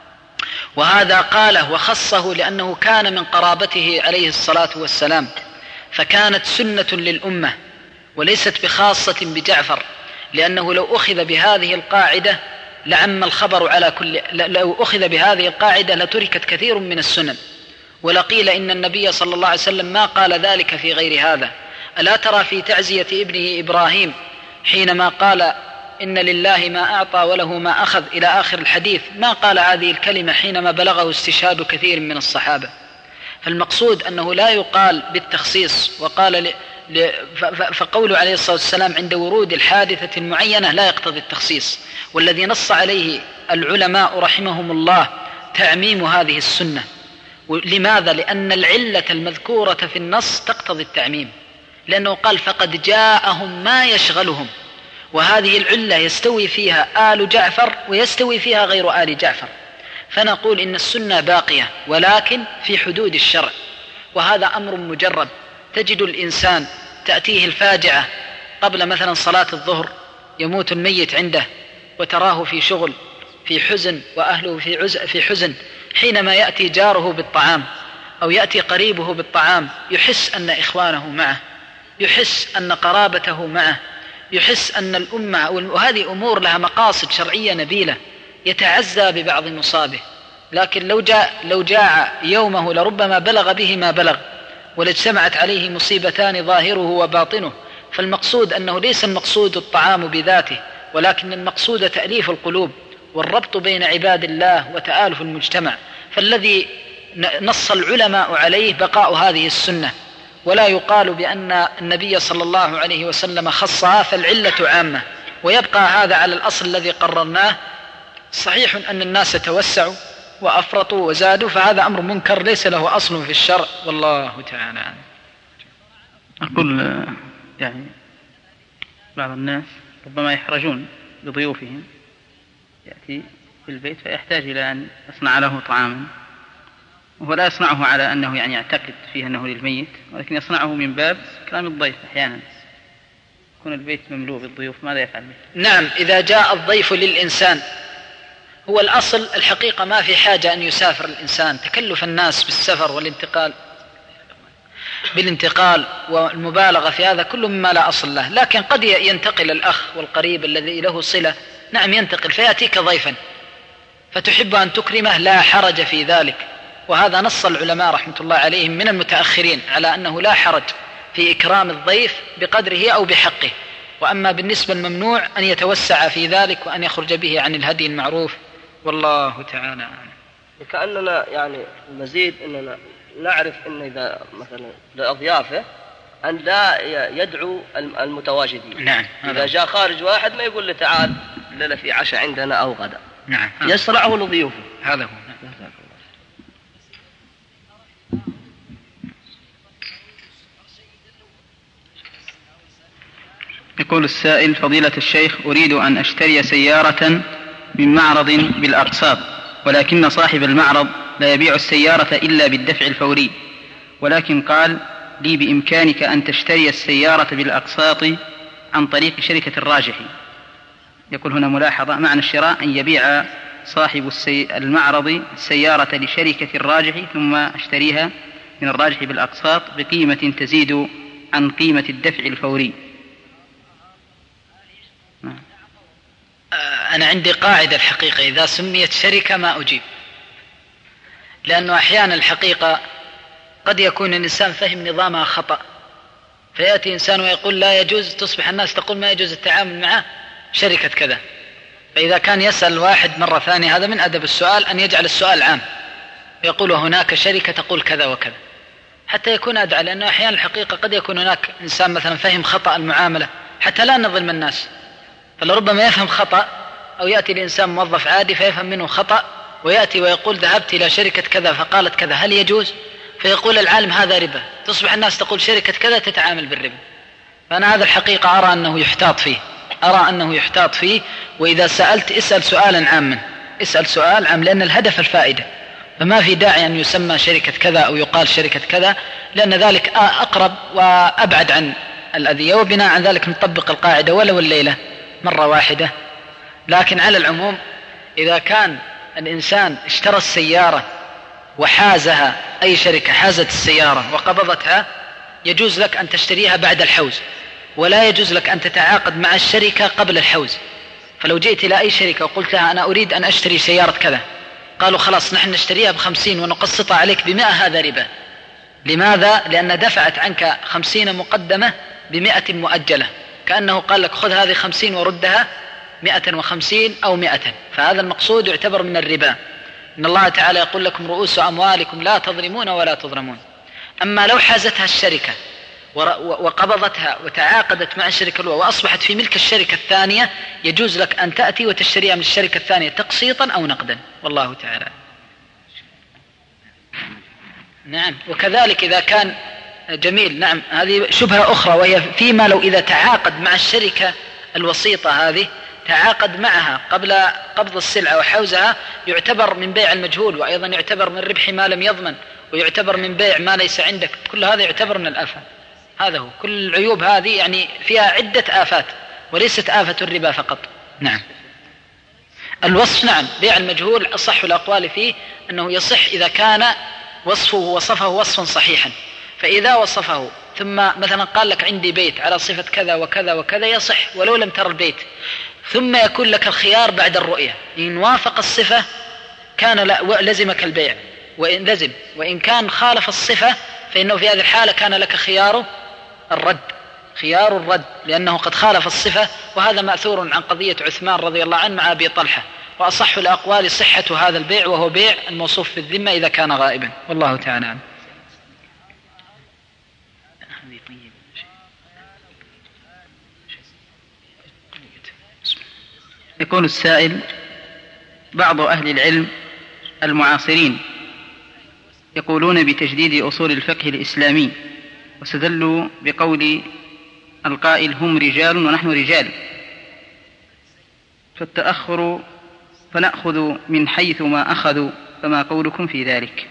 وهذا قاله وخصه لأنه كان من قرابته عليه الصلاة والسلام، فكانت سنة للأمة وليست بخاصة بجعفر، لأنه لو أخذ بهذه القاعدة لعم الخبر على كل، لو أخذ بهذه القاعدة لتركت كثير من السنن، ولقيل إن النبي صلى الله عليه وسلم ما قال ذلك في غير هذا. ألا ترى في تعزية ابنه إبراهيم حينما قال إن لله ما أعطى وله ما أخذ إلى آخر الحديث، ما قال هذه الكلمة حينما بلغه استشهاد كثير من الصحابة. فالمقصود أنه لا يقال بالتخصيص وقال فقوله عليه الصلاة والسلام عند ورود الحادثة المعينة لا يقتضي التخصيص، والذي نص عليه العلماء رحمهم الله تعميم هذه السنة. لماذا؟ لأن العلة المذكورة في النص تقتضي التعميم، لأنه قال فقد جاءهم ما يشغلهم، وهذه العلة يستوي فيها آل جعفر ويستوي فيها غير آل جعفر، فنقول إن السنة باقية ولكن في حدود الشرع، وهذا أمر مجرب. تجد الإنسان تأتيه الفاجعة قبل مثلا صلاة الظهر، يموت الميت عنده وتراه في شغل في حزن وأهله في, في حزن، حينما يأتي جاره بالطعام أو يأتي قريبه بالطعام يحس أن إخوانه معه، يحس أن قرابته معه، يحس أن الأمة، وهذه أمور لها مقاصد شرعية نبيلة، يتعزى ببعض مصابه. لكن لو جاء لو جاء يومه لربما بلغ به ما بلغ، ولاجتمعت عليه مصيبتان ظاهره وباطنه. فالمقصود أنه ليس المقصود الطعام بذاته، ولكن المقصود تأليف القلوب والربط بين عباد الله وتآلف المجتمع. فالذي نص العلماء عليه بقاء هذه السنة، ولا يقال بأن النبي صلى الله عليه وسلم خصها، فالعلة عامة، ويبقى هذا على الأصل الذي قررناه. صحيح أن الناس توسعوا وأفرطوا وزادوا، فهذا أمر منكر ليس له أصل في الشرع، والله تعالى عنه. أقول يعني بعض الناس ربما يحرجون بضيوفهم، يأتي في البيت فيحتاج إلى أن يصنع له طعاما، وهو لا يصنعه على أنه يعني يعتقد فيه أنه للميت، ولكن يصنعه من باب كلام الضيف. أحيانا يكون البيت مملوء بالضيوف، ماذا يفعل به؟ نعم، إذا جاء الضيف للإنسان، هو الأصل الحقيقة ما في حاجة أن يسافر الإنسان، تكلف الناس بالسفر والانتقال بالانتقال والمبالغة في هذا كله مما لا أصل له. لكن قد ينتقل الأخ والقريب الذي له صلة، نعم ينتقل فيأتيك ضيفا فتحب أن تكرمه، لا حرج في ذلك. وهذا نص العلماء رحمة الله عليهم من المتأخرين على أنه لا حرج في إكرام الضيف بقدره أو بحقه. وأما بالنسبة الممنوع أن يتوسع في ذلك وأن يخرج به عن الهدي المعروف، والله تعالى أعلم. كأننا يعني المزيد أننا نعرف أن إذا مثلا لأضيافه أن لا يدعو المتواجدين. نعم. إذا جاء خارج واحد ما يقول له تعال لنا في عشاء عندنا أو غدا. نعم. يسرعه لضيوفه. هذا هو. يقول السائل: فضيلة الشيخ، أريد أن أشتري سيارة من معرض بالأقساط، ولكن صاحب المعرض لا يبيع السيارة إلا بالدفع الفوري، ولكن قال لي بإمكانك أن تشتري السيارة بالأقساط عن طريق شركة الراجحي. يقول هنا ملاحظة: معنى الشراء أن يبيع صاحب السي... المعرض السيارة لشركة الراجحي ثم أشتريها من الراجحي بالأقساط بقيمة تزيد عن قيمة الدفع الفوري. أنا عندي قاعدة الحقيقة: إذا سميت شركة ما أجيب، لأنه أحيانا الحقيقة قد يكون الإنسان فهم نظامها خطأ، فيأتي إنسان ويقول لا يجوز، تصبح الناس تقول ما يجوز التعامل معه شركة كذا. فإذا كان يسأل واحد مرة ثانية، هذا من أدب السؤال أن يجعل السؤال عام، يقول هناك شركة تقول كذا وكذا، حتى يكون أدعى. لأنه أحيانا الحقيقة قد يكون هناك إنسان مثلا فهم خطأ المعاملة، حتى لا نظلم الناس، فلربما يفهم خطأ، أو يأتي الإنسان موظف عادي فيفهم منه خطأ ويأتي ويقول ذهبت إلى شركة كذا فقالت كذا، هل يجوز؟ فيقول العالم هذا ربا، تصبح الناس تقول شركة كذا تتعامل بالربا. فأنا هذا الحقيقة أرى أنه يحتاط فيه، أرى أنه يحتاط فيه وإذا سألت اسأل سؤالا عاما، اسأل سؤال عام، لأن الهدف الفائدة، فما في داعي أن يسمى شركة كذا أو يقال شركة كذا، لأن ذلك أقرب وأبعد عن الأذية. وبناء عن ذلك نطبق القاعدة ولو الليلة مرة واحدة. لكن على العموم إذا كان الإنسان اشترى السيارة وحازها أي شركة، حازت السيارة وقبضتها، يجوز لك أن تشتريها بعد الحوز، ولا يجوز لك أن تتعاقد مع الشركة قبل الحوز. فلو جئت إلى أي شركة وقلت لها أنا أريد أن أشتري سيارة كذا، قالوا خلاص نحن نشتريها بخمسين ونقسطها عليك بمئة، هذا ربا. لماذا؟ لأن دفعت عنك خمسين مقدمة بمئة مؤجلة، كأنه قال لك خذ هذه خمسين وردها مئة وخمسين أو مئة، فهذا المقصود يعتبر من الربا. إن الله تعالى يقول لكم رؤوس أموالكم لا تظلمون ولا تظلمون. أما لو حازتها الشركة وقبضتها وتعاقدت مع الشركة الأولى وأصبحت في ملك الشركة الثانية، يجوز لك أن تأتي وتشتريها من الشركة الثانية تقسيطا أو نقدا، والله تعالى. نعم. وكذلك إذا كان جميل، نعم، هذه شبهة أخرى، وهي فيما لو إذا تعاقد مع الشركة الوسيطة هذه، تعاقد معها قبل قبض السلعة وحوزها، يعتبر من بيع المجهول، وأيضا يعتبر من ربح ما لم يضمن، ويعتبر من بيع ما ليس عندك، كل هذا يعتبر من الآفات. هذا هو، كل العيوب هذه يعني فيها عدة آفات وليست آفة الربا فقط. نعم. الوصف، نعم، بيع المجهول أصح الأقوال فيه أنه يصح إذا كان وصفه وصفه وصفا صحيحا، فإذا وصفه ثم مثلا قال لك عندي بيت على صفة كذا وكذا وكذا، يصح ولو لم تر البيت، ثم يكون لك الخيار بعد الرؤية، إن وافق الصفة كان لزمك البيع وإن لزم، وإن كان خالف الصفة فإنه في هذه الحالة كان لك خيار الرد، خيار الرد، لأنه قد خالف الصفة. وهذا مأثور عن قضية عثمان رضي الله عنه مع أبي طلحة. وأصح الأقوال صحة هذا البيع، وهو بيع الموصوف في الذمة إذا كان غائبا، والله تعالى عنه. يقول السائل: بعض أهل العلم المعاصرين يقولون بتجديد أصول الفقه الإسلامي، واستدلوا بقول القائل: هم رجال ونحن رجال، فالتأخر فنأخذ من حيث ما أخذوا، فما قولكم في ذلك؟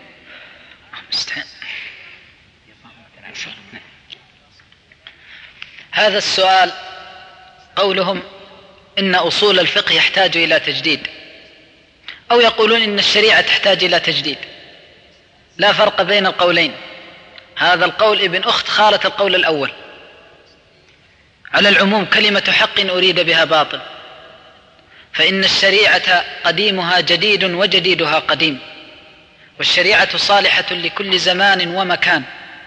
هذا السؤال قولهم إن أصول الفقه يحتاج إلى تجديد، أو يقولون إن الشريعة تحتاج إلى تجديد، لا فرق بين القولين. هذا القول ابن أخت خالة القول الأول. على العموم كلمة حق أريد بها باطل، فإن الشريعة قديمها جديد وجديدها قديم، والشريعة صالحة لكل زمان ومكان،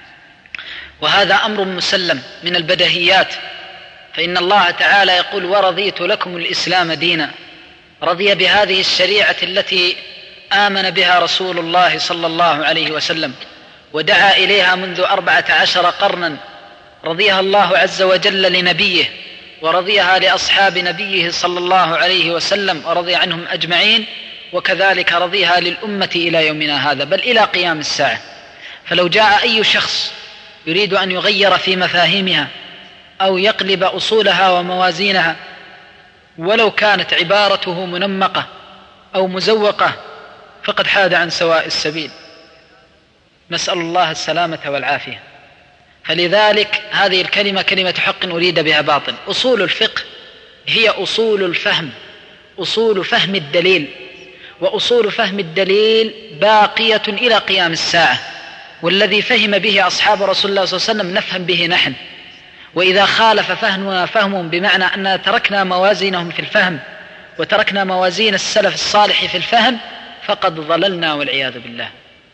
وهذا أمر مسلم من البديهيات. فإن الله تعالى يقول: ورضيت لكم الإسلام دينا. رضي بهذه الشريعة التي آمن بها رسول الله صلى الله عليه وسلم ودعا إليها منذ أربعة عشر قرنا، رضيها الله عز وجل لنبيه، ورضيها لأصحاب نبيه صلى الله عليه وسلم، ورضي عنهم أجمعين، وكذلك رضيها للأمة إلى يومنا هذا، بل إلى قيام الساعة. فلو جاء أي شخص يريد أن يغير في مفاهيمها أو يقلب أصولها وموازينها، ولو كانت عبارته منمقة أو مزوقة، فقد حاد عن سواء السبيل، نسأل الله السلامة والعافية. فلذلك هذه الكلمة كلمة حق أريد بها باطل. أصول الفقه هي أصول الفهم، أصول فهم الدليل، وأصول فهم الدليل باقية إلى قيام الساعة، والذي فهم به أصحاب رسول الله صلى الله عليه وسلم نفهم به نحن. وإذا خالف فهمنا فهمهم، بمعنى أننا تركنا موازينهم في الفهم وتركنا موازين السلف الصالح في الفهم، فقد ضللنا والعياذ بالله.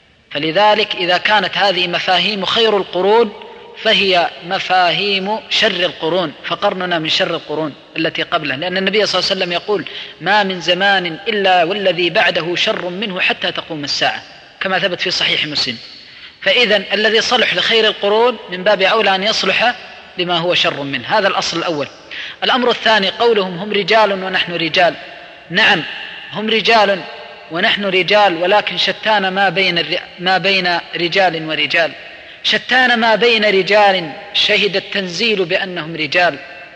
فلذلك إذا كانت هذه مفاهيم خير القرون، فهي مفاهيم شر القرون، فقرننا من شر القرون التي قبله، لأن النبي صلى الله عليه وسلم يقول: ما من زمان إلا والذي بعده شر منه حتى تقوم الساعة، كما ثبت في صحيح مسلم. فإذا الذي صلح لخير القرون من باب أولى أن يصلح لما هو شر منه. هذا الأصل الأول. الأمر الثاني قولهم هم رجال ونحن رجال. نعم، هم رجال ونحن رجال، ولكن شتان ما بين ما بين رجال ورجال، شتان ما بين رجال شهد التنزيل بأنهم رجال،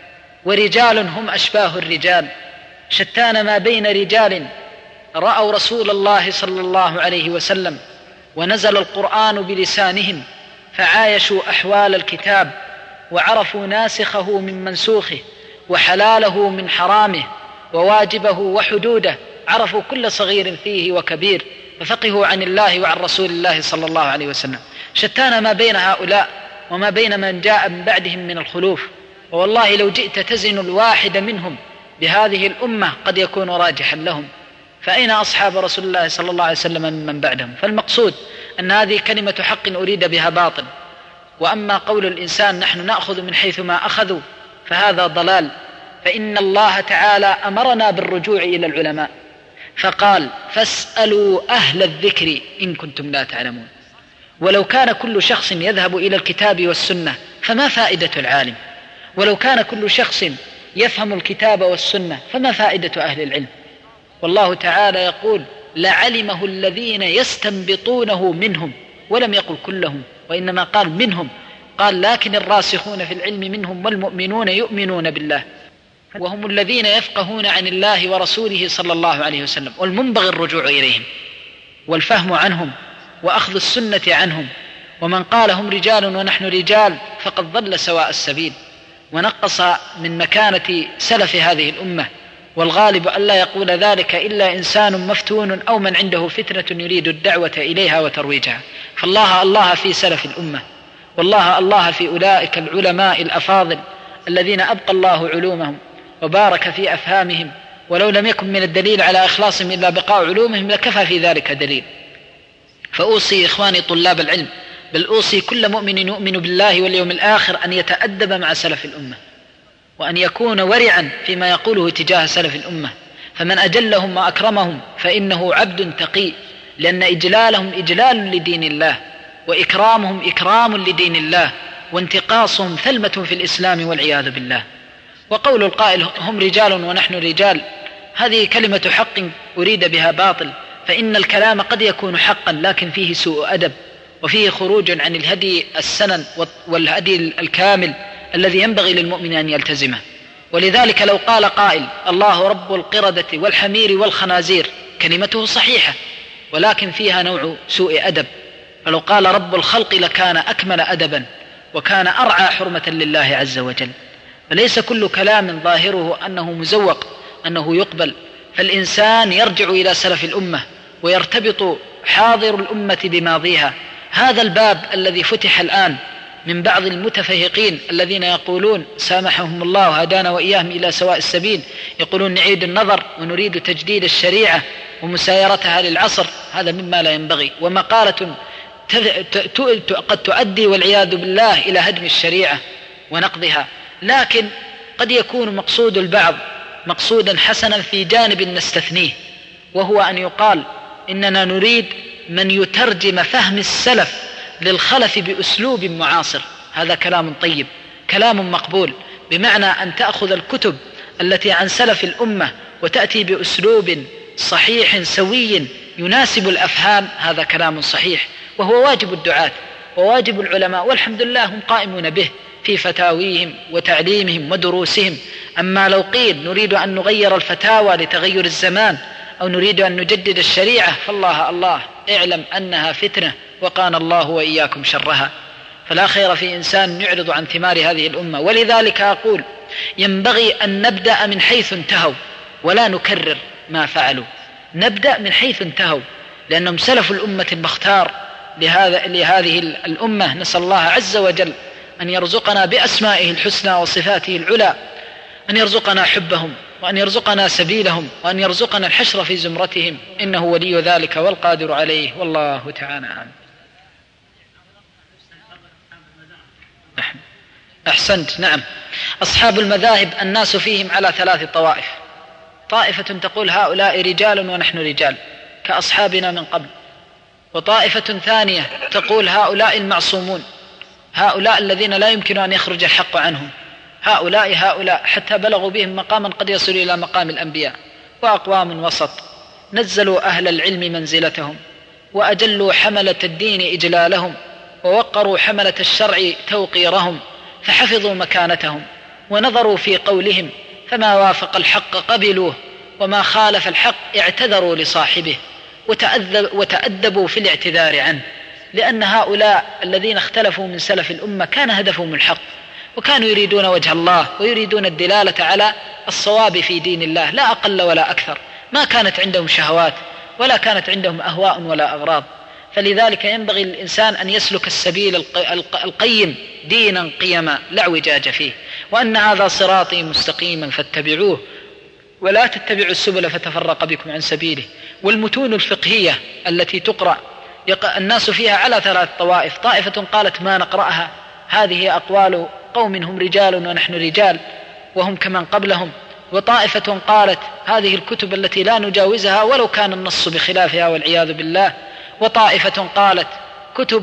ورجال هم أشباه الرجال. شتان ما بين رجال رأوا رسول الله صلى الله عليه وسلم ونزل القرآن بلسانهم، فعايشوا أحوال الكتاب، وعرفوا ناسخه من منسوخه، وحلاله من حرامه، وواجبه وحدوده، عرفوا كل صغير فيه وكبير، ففقهوا عن الله وعن رسول الله صلى الله عليه وسلم. شتان ما بين هؤلاء وما بين من جاء من بعدهم من الخلوف. ووالله لو جئت تزن الواحد منهم بهذه الأمة قد يكون راجحا لهم، فأين أصحاب رسول الله صلى الله عليه وسلم من بعدهم؟ فالمقصود أن هذه كلمة حق أريد بها باطل. وأما قول الإنسان نحن نأخذ من حيث ما أخذوا، فهذا ضلال. فإن الله تعالى أمرنا بالرجوع إلى العلماء، فقال: فاسألوا أهل الذكر إن كنتم لا تعلمون. ولو كان كل شخص يذهب إلى الكتاب والسنة فما فائدة العالم؟ ولو كان كل شخص يفهم الكتاب والسنة فما فائدة أهل العلم؟ والله تعالى يقول لعلمه الذين يستنبطونه منهم، ولم يقل كلهم، وإنما قال منهم، قال لكن الراسخون في العلم منهم والمؤمنون يؤمنون بالله، وهم الذين يفقهون عن الله ورسوله صلى الله عليه وسلم، والمنبغي الرجوع إليهم والفهم عنهم وأخذ السنة عنهم. ومن قال هم رجال ونحن رجال فقد ضل سواء السبيل ونقص من مكانة سلف هذه الأمة، والغالب ألا يقول ذلك إلا إنسان مفتون أو من عنده فتنة يريد الدعوة إليها وترويجها. فالله الله في سلف الأمة، والله الله في أولئك العلماء الأفاضل الذين أبقى الله علومهم وبارك في أفهامهم، ولو لم يكن من الدليل على إخلاصهم إلا بقاء علومهم لكفى في ذلك دليل. فأوصي إخواني طلاب العلم، بل أوصي كل مؤمن يؤمن بالله واليوم الآخر أن يتأدب مع سلف الأمة، وأن يكون ورعا فيما يقوله تجاه سلف الأمة، فمن أجلهم وأكرمهم فإنه عبد تقي، لأن إجلالهم إجلال لدين الله، وإكرامهم إكرام لدين الله، وانتقاصهم ثلمة في الإسلام والعياذ بالله. وقول القائل هم رجال ونحن رجال، هذه كلمة حق أريد بها باطل، فإن الكلام قد يكون حقا لكن فيه سوء أدب، وفيه خروج عن الهدي السنن والهدي الكامل الذي ينبغي للمؤمن أن يلتزمه. ولذلك لو قال قائل الله رب القردة والحمير والخنازير كلمته صحيحة، ولكن فيها نوع سوء أدب، فلو قال رب الخلق لكان أكمل أدبا وكان أرعى حرمة لله عز وجل. فليس كل كلام ظاهره أنه مزوق أنه يقبل، فالإنسان يرجع إلى سلف الأمة ويرتبط حاضر الأمة بماضيها. هذا الباب الذي فتح الآن من بعض المتفهقين الذين يقولون سامحهم الله هدانا وإياهم إلى سواء السبيل، يقولون نعيد النظر ونريد تجديد الشريعة ومسايرتها للعصر، هذا مما لا ينبغي، ومقالة قد تؤدي والعياذ بالله إلى هدم الشريعة ونقضها. لكن قد يكون مقصود البعض مقصودا حسنا في جانب نستثنيه، وهو أن يقال إننا نريد من يترجم فهم السلف للخلف بأسلوب معاصر. هذا كلام طيب، كلام مقبول، بمعنى أن تأخذ الكتب التي عن سلف الأمة وتأتي بأسلوب صحيح سوي يناسب الأفهام، هذا كلام صحيح، وهو واجب الدعاة وواجب العلماء، والحمد لله هم قائمون به في فتاويهم وتعليمهم ودروسهم. أما لو قيل نريد أن نغير الفتاوى لتغير الزمان أو نريد أن نجدد الشريعة، فالله الله اعلم أنها فتنة وقانا الله وإياكم شرها. فلا خير في إنسان يعرض عن ثمار هذه الأمة. ولذلك أقول ينبغي أن نبدأ من حيث انتهوا ولا نكرر ما فعلوا، نبدأ من حيث انتهوا، لأنهم سلف الأمة المختار لهذا لهذه الأمة. نسأل الله عز وجل أن يرزقنا بأسمائه الحسنى وصفاته العلى، أن يرزقنا حبهم وأن يرزقنا سبيلهم وأن يرزقنا الحشر في زمرتهم، إنه ولي ذلك والقادر عليه، والله تعالى أعلم. أحسنت، نعم. أصحاب المذاهب الناس فيهم على ثلاث طوائف: طائفة تقول هؤلاء رجال ونحن رجال كأصحابنا من قبل، وطائفة ثانية تقول هؤلاء المعصومون، هؤلاء الذين لا يمكن أن يخرج الحق عنهم، هؤلاء هؤلاء حتى بلغوا بهم مقاما قد يصل إلى مقام الأنبياء. وأقوام وسط نزلوا أهل العلم منزلتهم، وأجلوا حملة الدين إجلالهم، ووقروا حملة الشرع توقيرهم، فحفظوا مكانتهم ونظروا في قولهم، فما وافق الحق قبلوه وما خالف الحق اعتذروا لصاحبه وتأدبوا في الاعتذار عنه. لأن هؤلاء الذين اختلفوا من سلف الأمة كان هدفهم الحق، وكانوا يريدون وجه الله ويريدون الدلالة على الصواب في دين الله، لا أقل ولا أكثر. ما كانت عندهم شهوات ولا كانت عندهم أهواء ولا أغراض. فلذلك ينبغي للإنسان أن يسلك السبيل القيم دينا قيما لا اعوجاج فيه، وأن هذا صراطي مستقيما فاتبعوه ولا تتبعوا السبل فتفرق بكم عن سبيله. والمتون الفقهية التي تقرأ الناس فيها على ثلاث طوائف: طائفة قالت ما نقرأها، هذه أقوال قوم هم رجال ونحن رجال وهم كمن قبلهم، وطائفة قالت هذه الكتب التي لا نجاوزها ولو كان النص بخلافها والعياذ بالله، وطائفة قالت كتب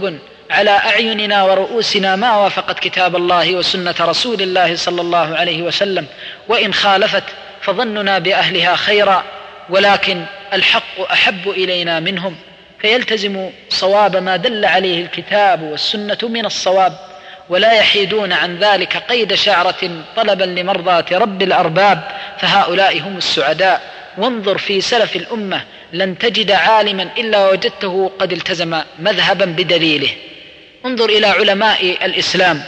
على أعيننا ورؤوسنا ما وافقت كتاب الله وسنة رسول الله صلى الله عليه وسلم، وإن خالفت فظننا بأهلها خيرا، ولكن الحق أحب إلينا منهم، فيلتزم صواب ما دل عليه الكتاب والسنة من الصواب، ولا يحيدون عن ذلك قيد شعرة طلبا لمرضاة رب الأرباب، فهؤلاء هم السعداء. وانظر في سلف الأمة لن تجد عالما إلا وجدته قد التزم مذهبا بدليله. انظر إلى علماء الإسلام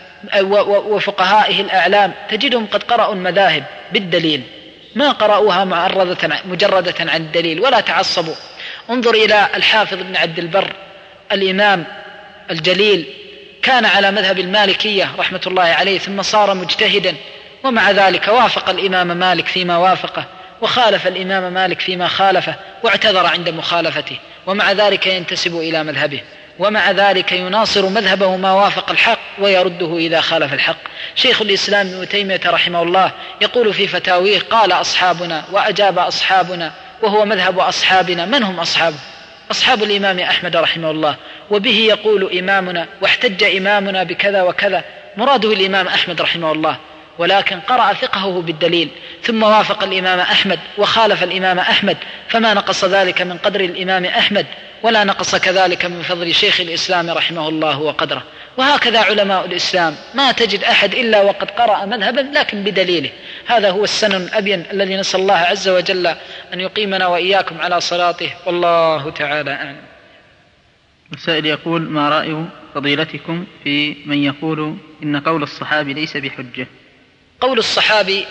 وفقهائه الأعلام تجدهم قد قرأوا المذاهب بالدليل، ما قرأوها مجردة عن الدليل ولا تعصبوا. انظر إلى الحافظ ابن عبد البر الإمام الجليل، كان على مذهب المالكية رحمة الله عليه، ثم صار مجتهدا، ومع ذلك وافق الإمام مالك فيما وافقه، وخالف الإمام مالك فيما خالفه، واعتذر عند مخالفته، ومع ذلك ينتسب إلى مذهبه، ومع ذلك يناصر مذهبه ما وافق الحق ويرده إذا خالف الحق. شيخ الإسلام ابن تيمية رحمه الله يقول في فتاويه: قال أصحابنا وأجاب أصحابنا، وهو مذهب أصحابنا. من هم أصحابه؟ أصحاب الإمام أحمد رحمه الله، وبه يقول إمامنا، واحتج إمامنا بكذا وكذا، مراده الإمام أحمد رحمه الله، ولكن قرأ فقهه بالدليل، ثم وافق الإمام أحمد وخالف الإمام أحمد، فما نقص ذلك من قدر الإمام أحمد، ولا نقص كذلك من فضل شيخ الإسلام رحمه الله وقدره. وهكذا علماء الإسلام، ما تجد أحد إلا وقد قرأ مذهبا لكن بدليله. هذا هو السنن الأبين الذي نسأل الله عز وجل أن يقيمنا وإياكم على صراطه، والله تعالى أعلم. السائل يقول: ما رأي فضيلتكم في من يقول إن قول الصحابي ليس بحجة؟ قول الصحابي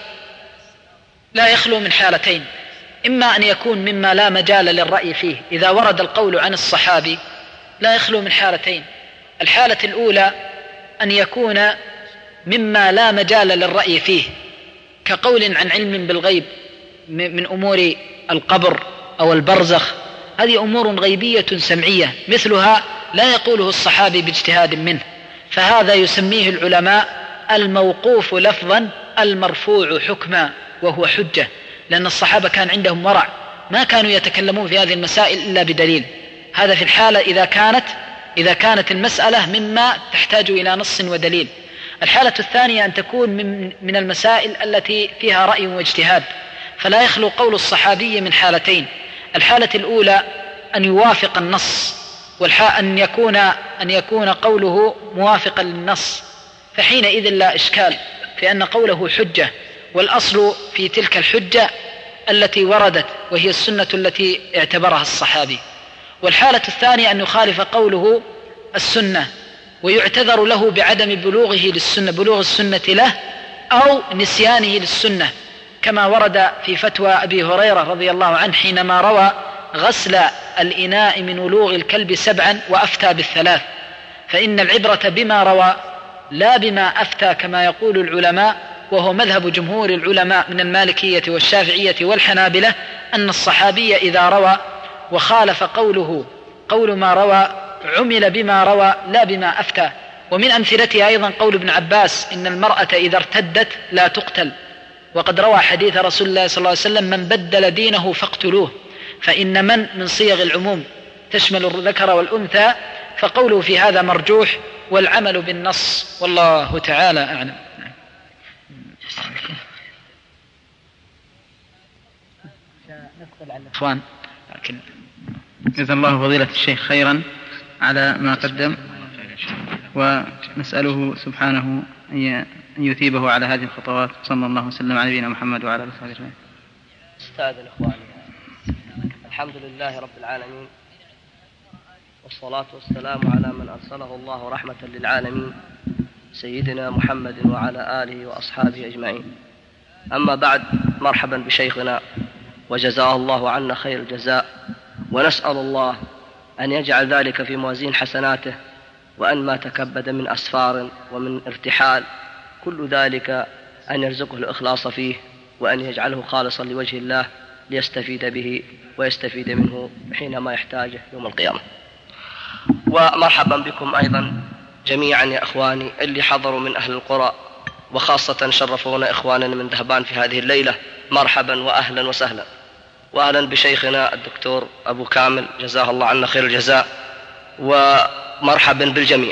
لا يخلو من حالتين: إما أن يكون مما لا مجال للرأي فيه، إذا ورد القول عن الصحابي لا يخلو من حالتين. الحالة الأولى أن يكون مما لا مجال للرأي فيه، كقول عن علم بالغيب من أمور القبر أو البرزخ، هذه أمور غيبية سمعية، مثلها لا يقوله الصحابي باجتهاد منه، فهذا يسميه العلماء الموقوف لفظا المرفوع حكما، وهو حجة، لأن الصحابة كان عندهم ورع، ما كانوا يتكلمون في هذه المسائل إلا بدليل. هذا في الحالة إذا كانت إذا كانت المسألة مما تحتاج إلى نص ودليل. الحالة الثانية أن تكون من, من المسائل التي فيها رأي واجتهاد، فلا يخلو قول الصحابي من حالتين: الحالة الأولى أن يوافق النص، والحالة أن يكون أن يكون قوله موافقا للنص، فحينئذ لا إشكال في أن قوله حجة، والأصل في تلك الحجة التي وردت وهي السنة التي اعتبرها الصحابي. والحالة الثانية أن يخالف قوله السنة ويعتذر له بعدم بلوغه للسنة بلوغ السنة له أو نسيانه للسنة، كما ورد في فتوى أبي هريرة رضي الله عنه حينما روى غسل الإناء من ولوغ الكلب سبعا وأفتى بالثلاث، فإن العبرة بما روى لا بما أفتى كما يقول العلماء، وهو مذهب جمهور العلماء من المالكية والشافعية والحنابلة، أن الصحابي إذا روى وخالف قوله قول ما روى عمل بما روى لا بما أفتى. ومن أمثلته أيضا قول ابن عباس: إن المرأة إذا ارتدت لا تقتل، وقد روى حديث رسول الله صلى الله عليه وسلم: من بدل دينه فاقتلوه، فإن من من صيغ العموم تشمل الذكر والأنثى، فقوله في هذا مرجوح، والعمل بالنص، والله تعالى أعلم. إخوان، لكن جزا الله فضيلة الشيخ خيرا على ما قدم، ونسأله سبحانه أن يثيبه على هذه الخطوات. صلى الله وسلم على نبينا محمد وعلى آله وصحبه أجمعين. استاذن إخواني، الحمد لله رب العالمين، والصلاة والسلام على من أرسله الله رحمة للعالمين، سيدنا محمد وعلى آله وأصحابه أجمعين. أما بعد، مرحبا بشيخنا وجزاه الله عنا خير الجزاء، ونسأل الله أن يجعل ذلك في موازين حسناته، وأن ما تكبد من أسفار ومن ارتحال كل ذلك أن يرزقه الإخلاص فيه، وأن يجعله خالصا لوجه الله ليستفيد به ويستفيد منه حينما يحتاجه يوم القيامة. ومرحبا بكم أيضا جميعا يا إخواني اللي حضروا من أهل القرى، وخاصة شرفونا إخواننا من ذهبان في هذه الليلة. مرحبا وأهلا وسهلا، وأهلا بشيخنا الدكتور أبو كامل، جزاه الله عنا خير الجزاء، ومرحبا بالجميع.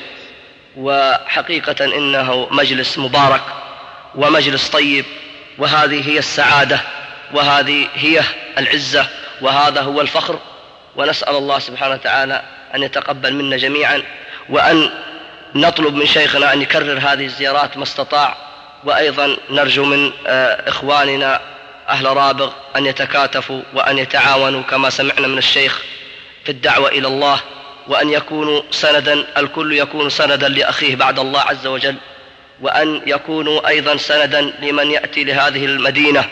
وحقيقة إنه مجلس مبارك ومجلس طيب، وهذه هي السعادة وهذه هي العزة وهذا هو الفخر. ونسأل الله سبحانه وتعالى أن يتقبل منا جميعا، وأن نطلب من شيخنا أن يكرر هذه الزيارات ما استطاع. وأيضا نرجو من إخواننا أهل رابغ أن يتكاتفوا وأن يتعاونوا كما سمعنا من الشيخ في الدعوة إلى الله، وأن يكونوا سندا، الكل يكون سندا لأخيه بعد الله عز وجل، وأن يكونوا أيضا سندا لمن يأتي لهذه المدينة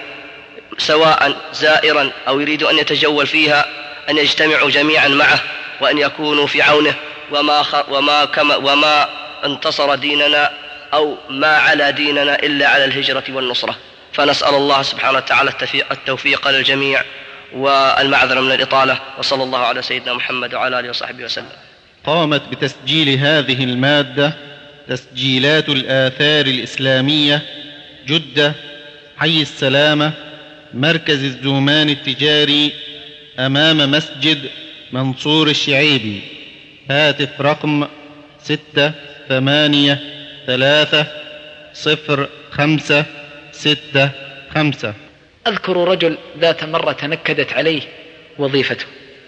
سواء زائرا أو يريد أن يتجول فيها، أن يجتمعوا جميعا معه وأن يكونوا في عونه. وما, وما, كما وما انتصر ديننا أو ما على ديننا إلا على الهجرة والنصرة. فنسأل الله سبحانه وتعالى التوفيق للجميع والمعذرة من الإطالة، وصلى الله على سيدنا محمد وعلى آله وصحبه وسلم. قامت بتسجيل هذه المادة تسجيلات الآثار الإسلامية، جدة، حي السلامة، مركز الزومان التجاري، أمام مسجد منصور الشعيبي. هاتف رقم ستة ثمانية ثلاثة صفر خمسة ستة خمسة. أذكر رجل ذات مرة تنكدت عليه وظيفته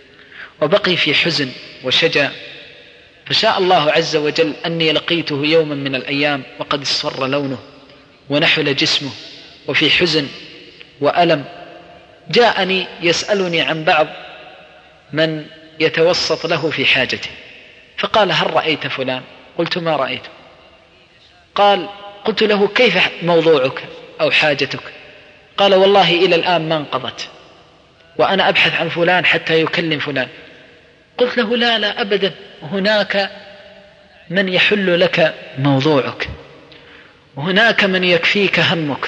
وبقي في حزن وشجا، فشاء الله عز وجل أني لقيته يوما من الأيام وقد اصفر لونه ونحل جسمه وفي حزن وألم. جاءني يسألني عن بعض من يتوسط له في حاجته، فقال: هل رأيت فلان؟ قلت: ما رأيته. قال: قلت له: كيف موضوعك أو حاجتك؟ قال: والله إلى الآن ما انقضت، وأنا أبحث عن فلان حتى يكلم فلان. قلت له: لا لا أبدا، هناك من يحل لك موضوعك، وهناك من يكفيك همك.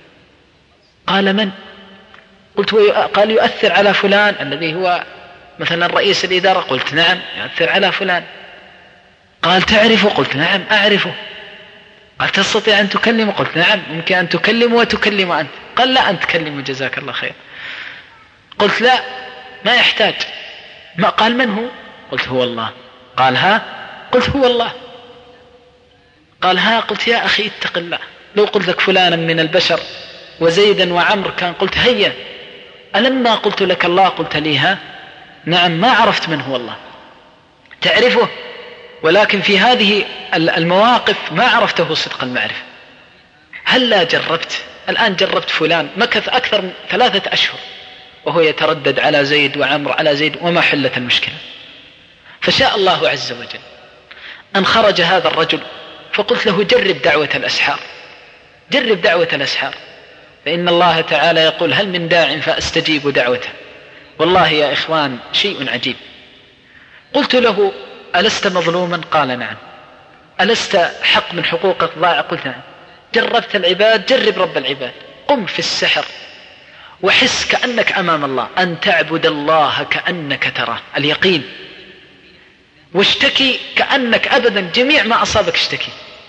قال: من؟ قلت: قال: يؤثر على فلان الذي هو مثلا رئيس الإدارة. قلت: نعم يؤثر على فلان. قال: تعرفه؟ قلت: نعم أعرفه. قال: تستطيع أن تكلمه؟ قلت: نعم ممكن أن تكلمه وتكلم أنت. قال: لا أنت تكلمه جزاك الله خير. قلت: لا ما يحتاج. ما قال: من هو؟ قلت: هو الله. قال: ها؟ قلت: هو الله. قال: ها؟ قلت: يا أخي اتق الله، لو قلت لك فلانا من البشر وزيدا وعمر كان قلت هيا، ألما قلت لك الله قلت لي ها؟ نعم ما عرفت من هو الله. تعرفه ولكن في هذه المواقف ما عرفته صدق المعرفة. هل لا جربت؟ الآن جربت فلان مكث أكثر من ثلاثة أشهر وهو يتردد على زيد وعمر على زيد وما حلت المشكلة. فشاء الله عز وجل أن خرج هذا الرجل، فقلت له: جرب دعوة الأسحار، جرب دعوة الأسحار، فإن الله تعالى يقول: هل من داع فأستجيب دعوته. والله يا إخوان شيء عجيب. قلت له: ألست مظلوما؟ قال: نعم. ألست حق من حقوقك ضاع؟ قلت: نعم. جربت العباد؟ جرب رب العباد. قم في السحر وحس كأنك أمام الله، أن تعبد الله كأنك تراه، اليقين. واشتكي كأنك أبدا جميع ما أصابك اشتكي.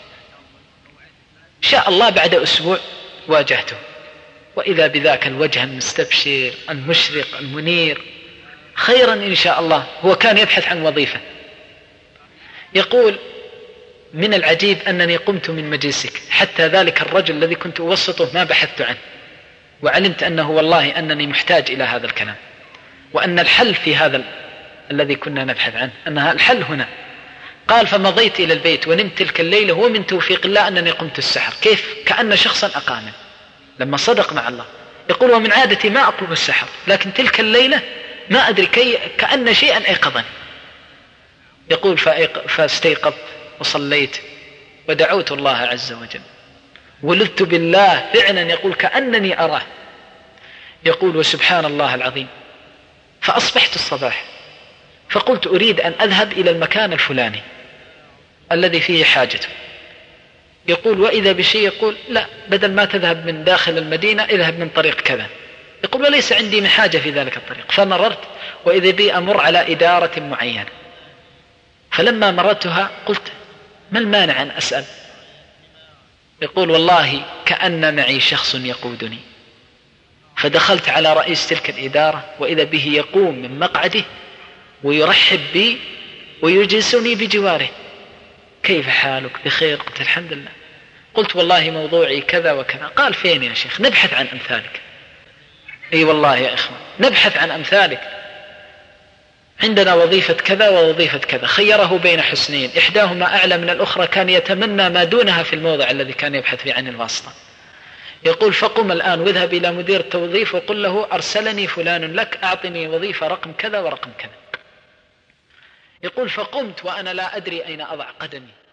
شاء الله بعد أسبوع واجهته، وإذا بذاك الوجه المستبشر المشرق المنير خيرا إن شاء الله. هو كان يبحث عن وظيفة. يقول: من العجيب أنني قمت من مجلسك، حتى ذلك الرجل الذي كنت أوسطه ما بحثت عنه، وعلمت أنه والله أنني محتاج إلى هذا الكلام، وأن الحل في هذا الذي كنا نبحث عنه، أنها الحل هنا. قال: فمضيت إلى البيت ونمت تلك الليلة، ومن توفيق الله أنني قمت السحر. كيف؟ كأن شخصا أقامه لما صدق مع الله. يقول: ومن عادتي ما أقوم السحر، لكن تلك الليلة ما أدري كي كأن شيئا أيقظني. يقول: فاستيقظت وصليت ودعوت الله عز وجل، ولذت بالله فعلا. يقول: كأنني أراه. يقول: وسبحان الله العظيم. فأصبحت الصباح فقلت: أريد أن أذهب إلى المكان الفلاني الذي فيه حاجته. يقول: وإذا بشيء يقول: لا، بدل ما تذهب من داخل المدينة اذهب من طريق كذا. يقول: وليس عندي من حاجة في ذلك الطريق. فمررت وإذا بي أمر على إدارة معينة، فلما مررتها قلت: ما المانع أن أسأل؟ يقول: والله كأن معي شخص يقودني. فدخلت على رئيس تلك الإدارة وإذا به يقوم من مقعده ويرحب بي ويجلسني بجواره. كيف حالك؟ بخير؟ قلت الحمد لله. قلت والله موضوعي كذا وكذا. قال فين يا شيخ؟ نبحث عن أمثالك. أي والله يا إخوان نبحث عن أمثالك، عندنا وظيفة كذا ووظيفة كذا. خيره بين حسنين إحداهما أعلى من الأخرى، كان يتمنى ما دونها في الموضع الذي كان يبحث فيه عن الواسطة. يقول فقم الآن واذهب إلى مدير التوظيف وقل له أرسلني فلان لك، أعطني وظيفة رقم كذا ورقم كذا. يقول فقمت وأنا لا أدري أين أضع قدمي.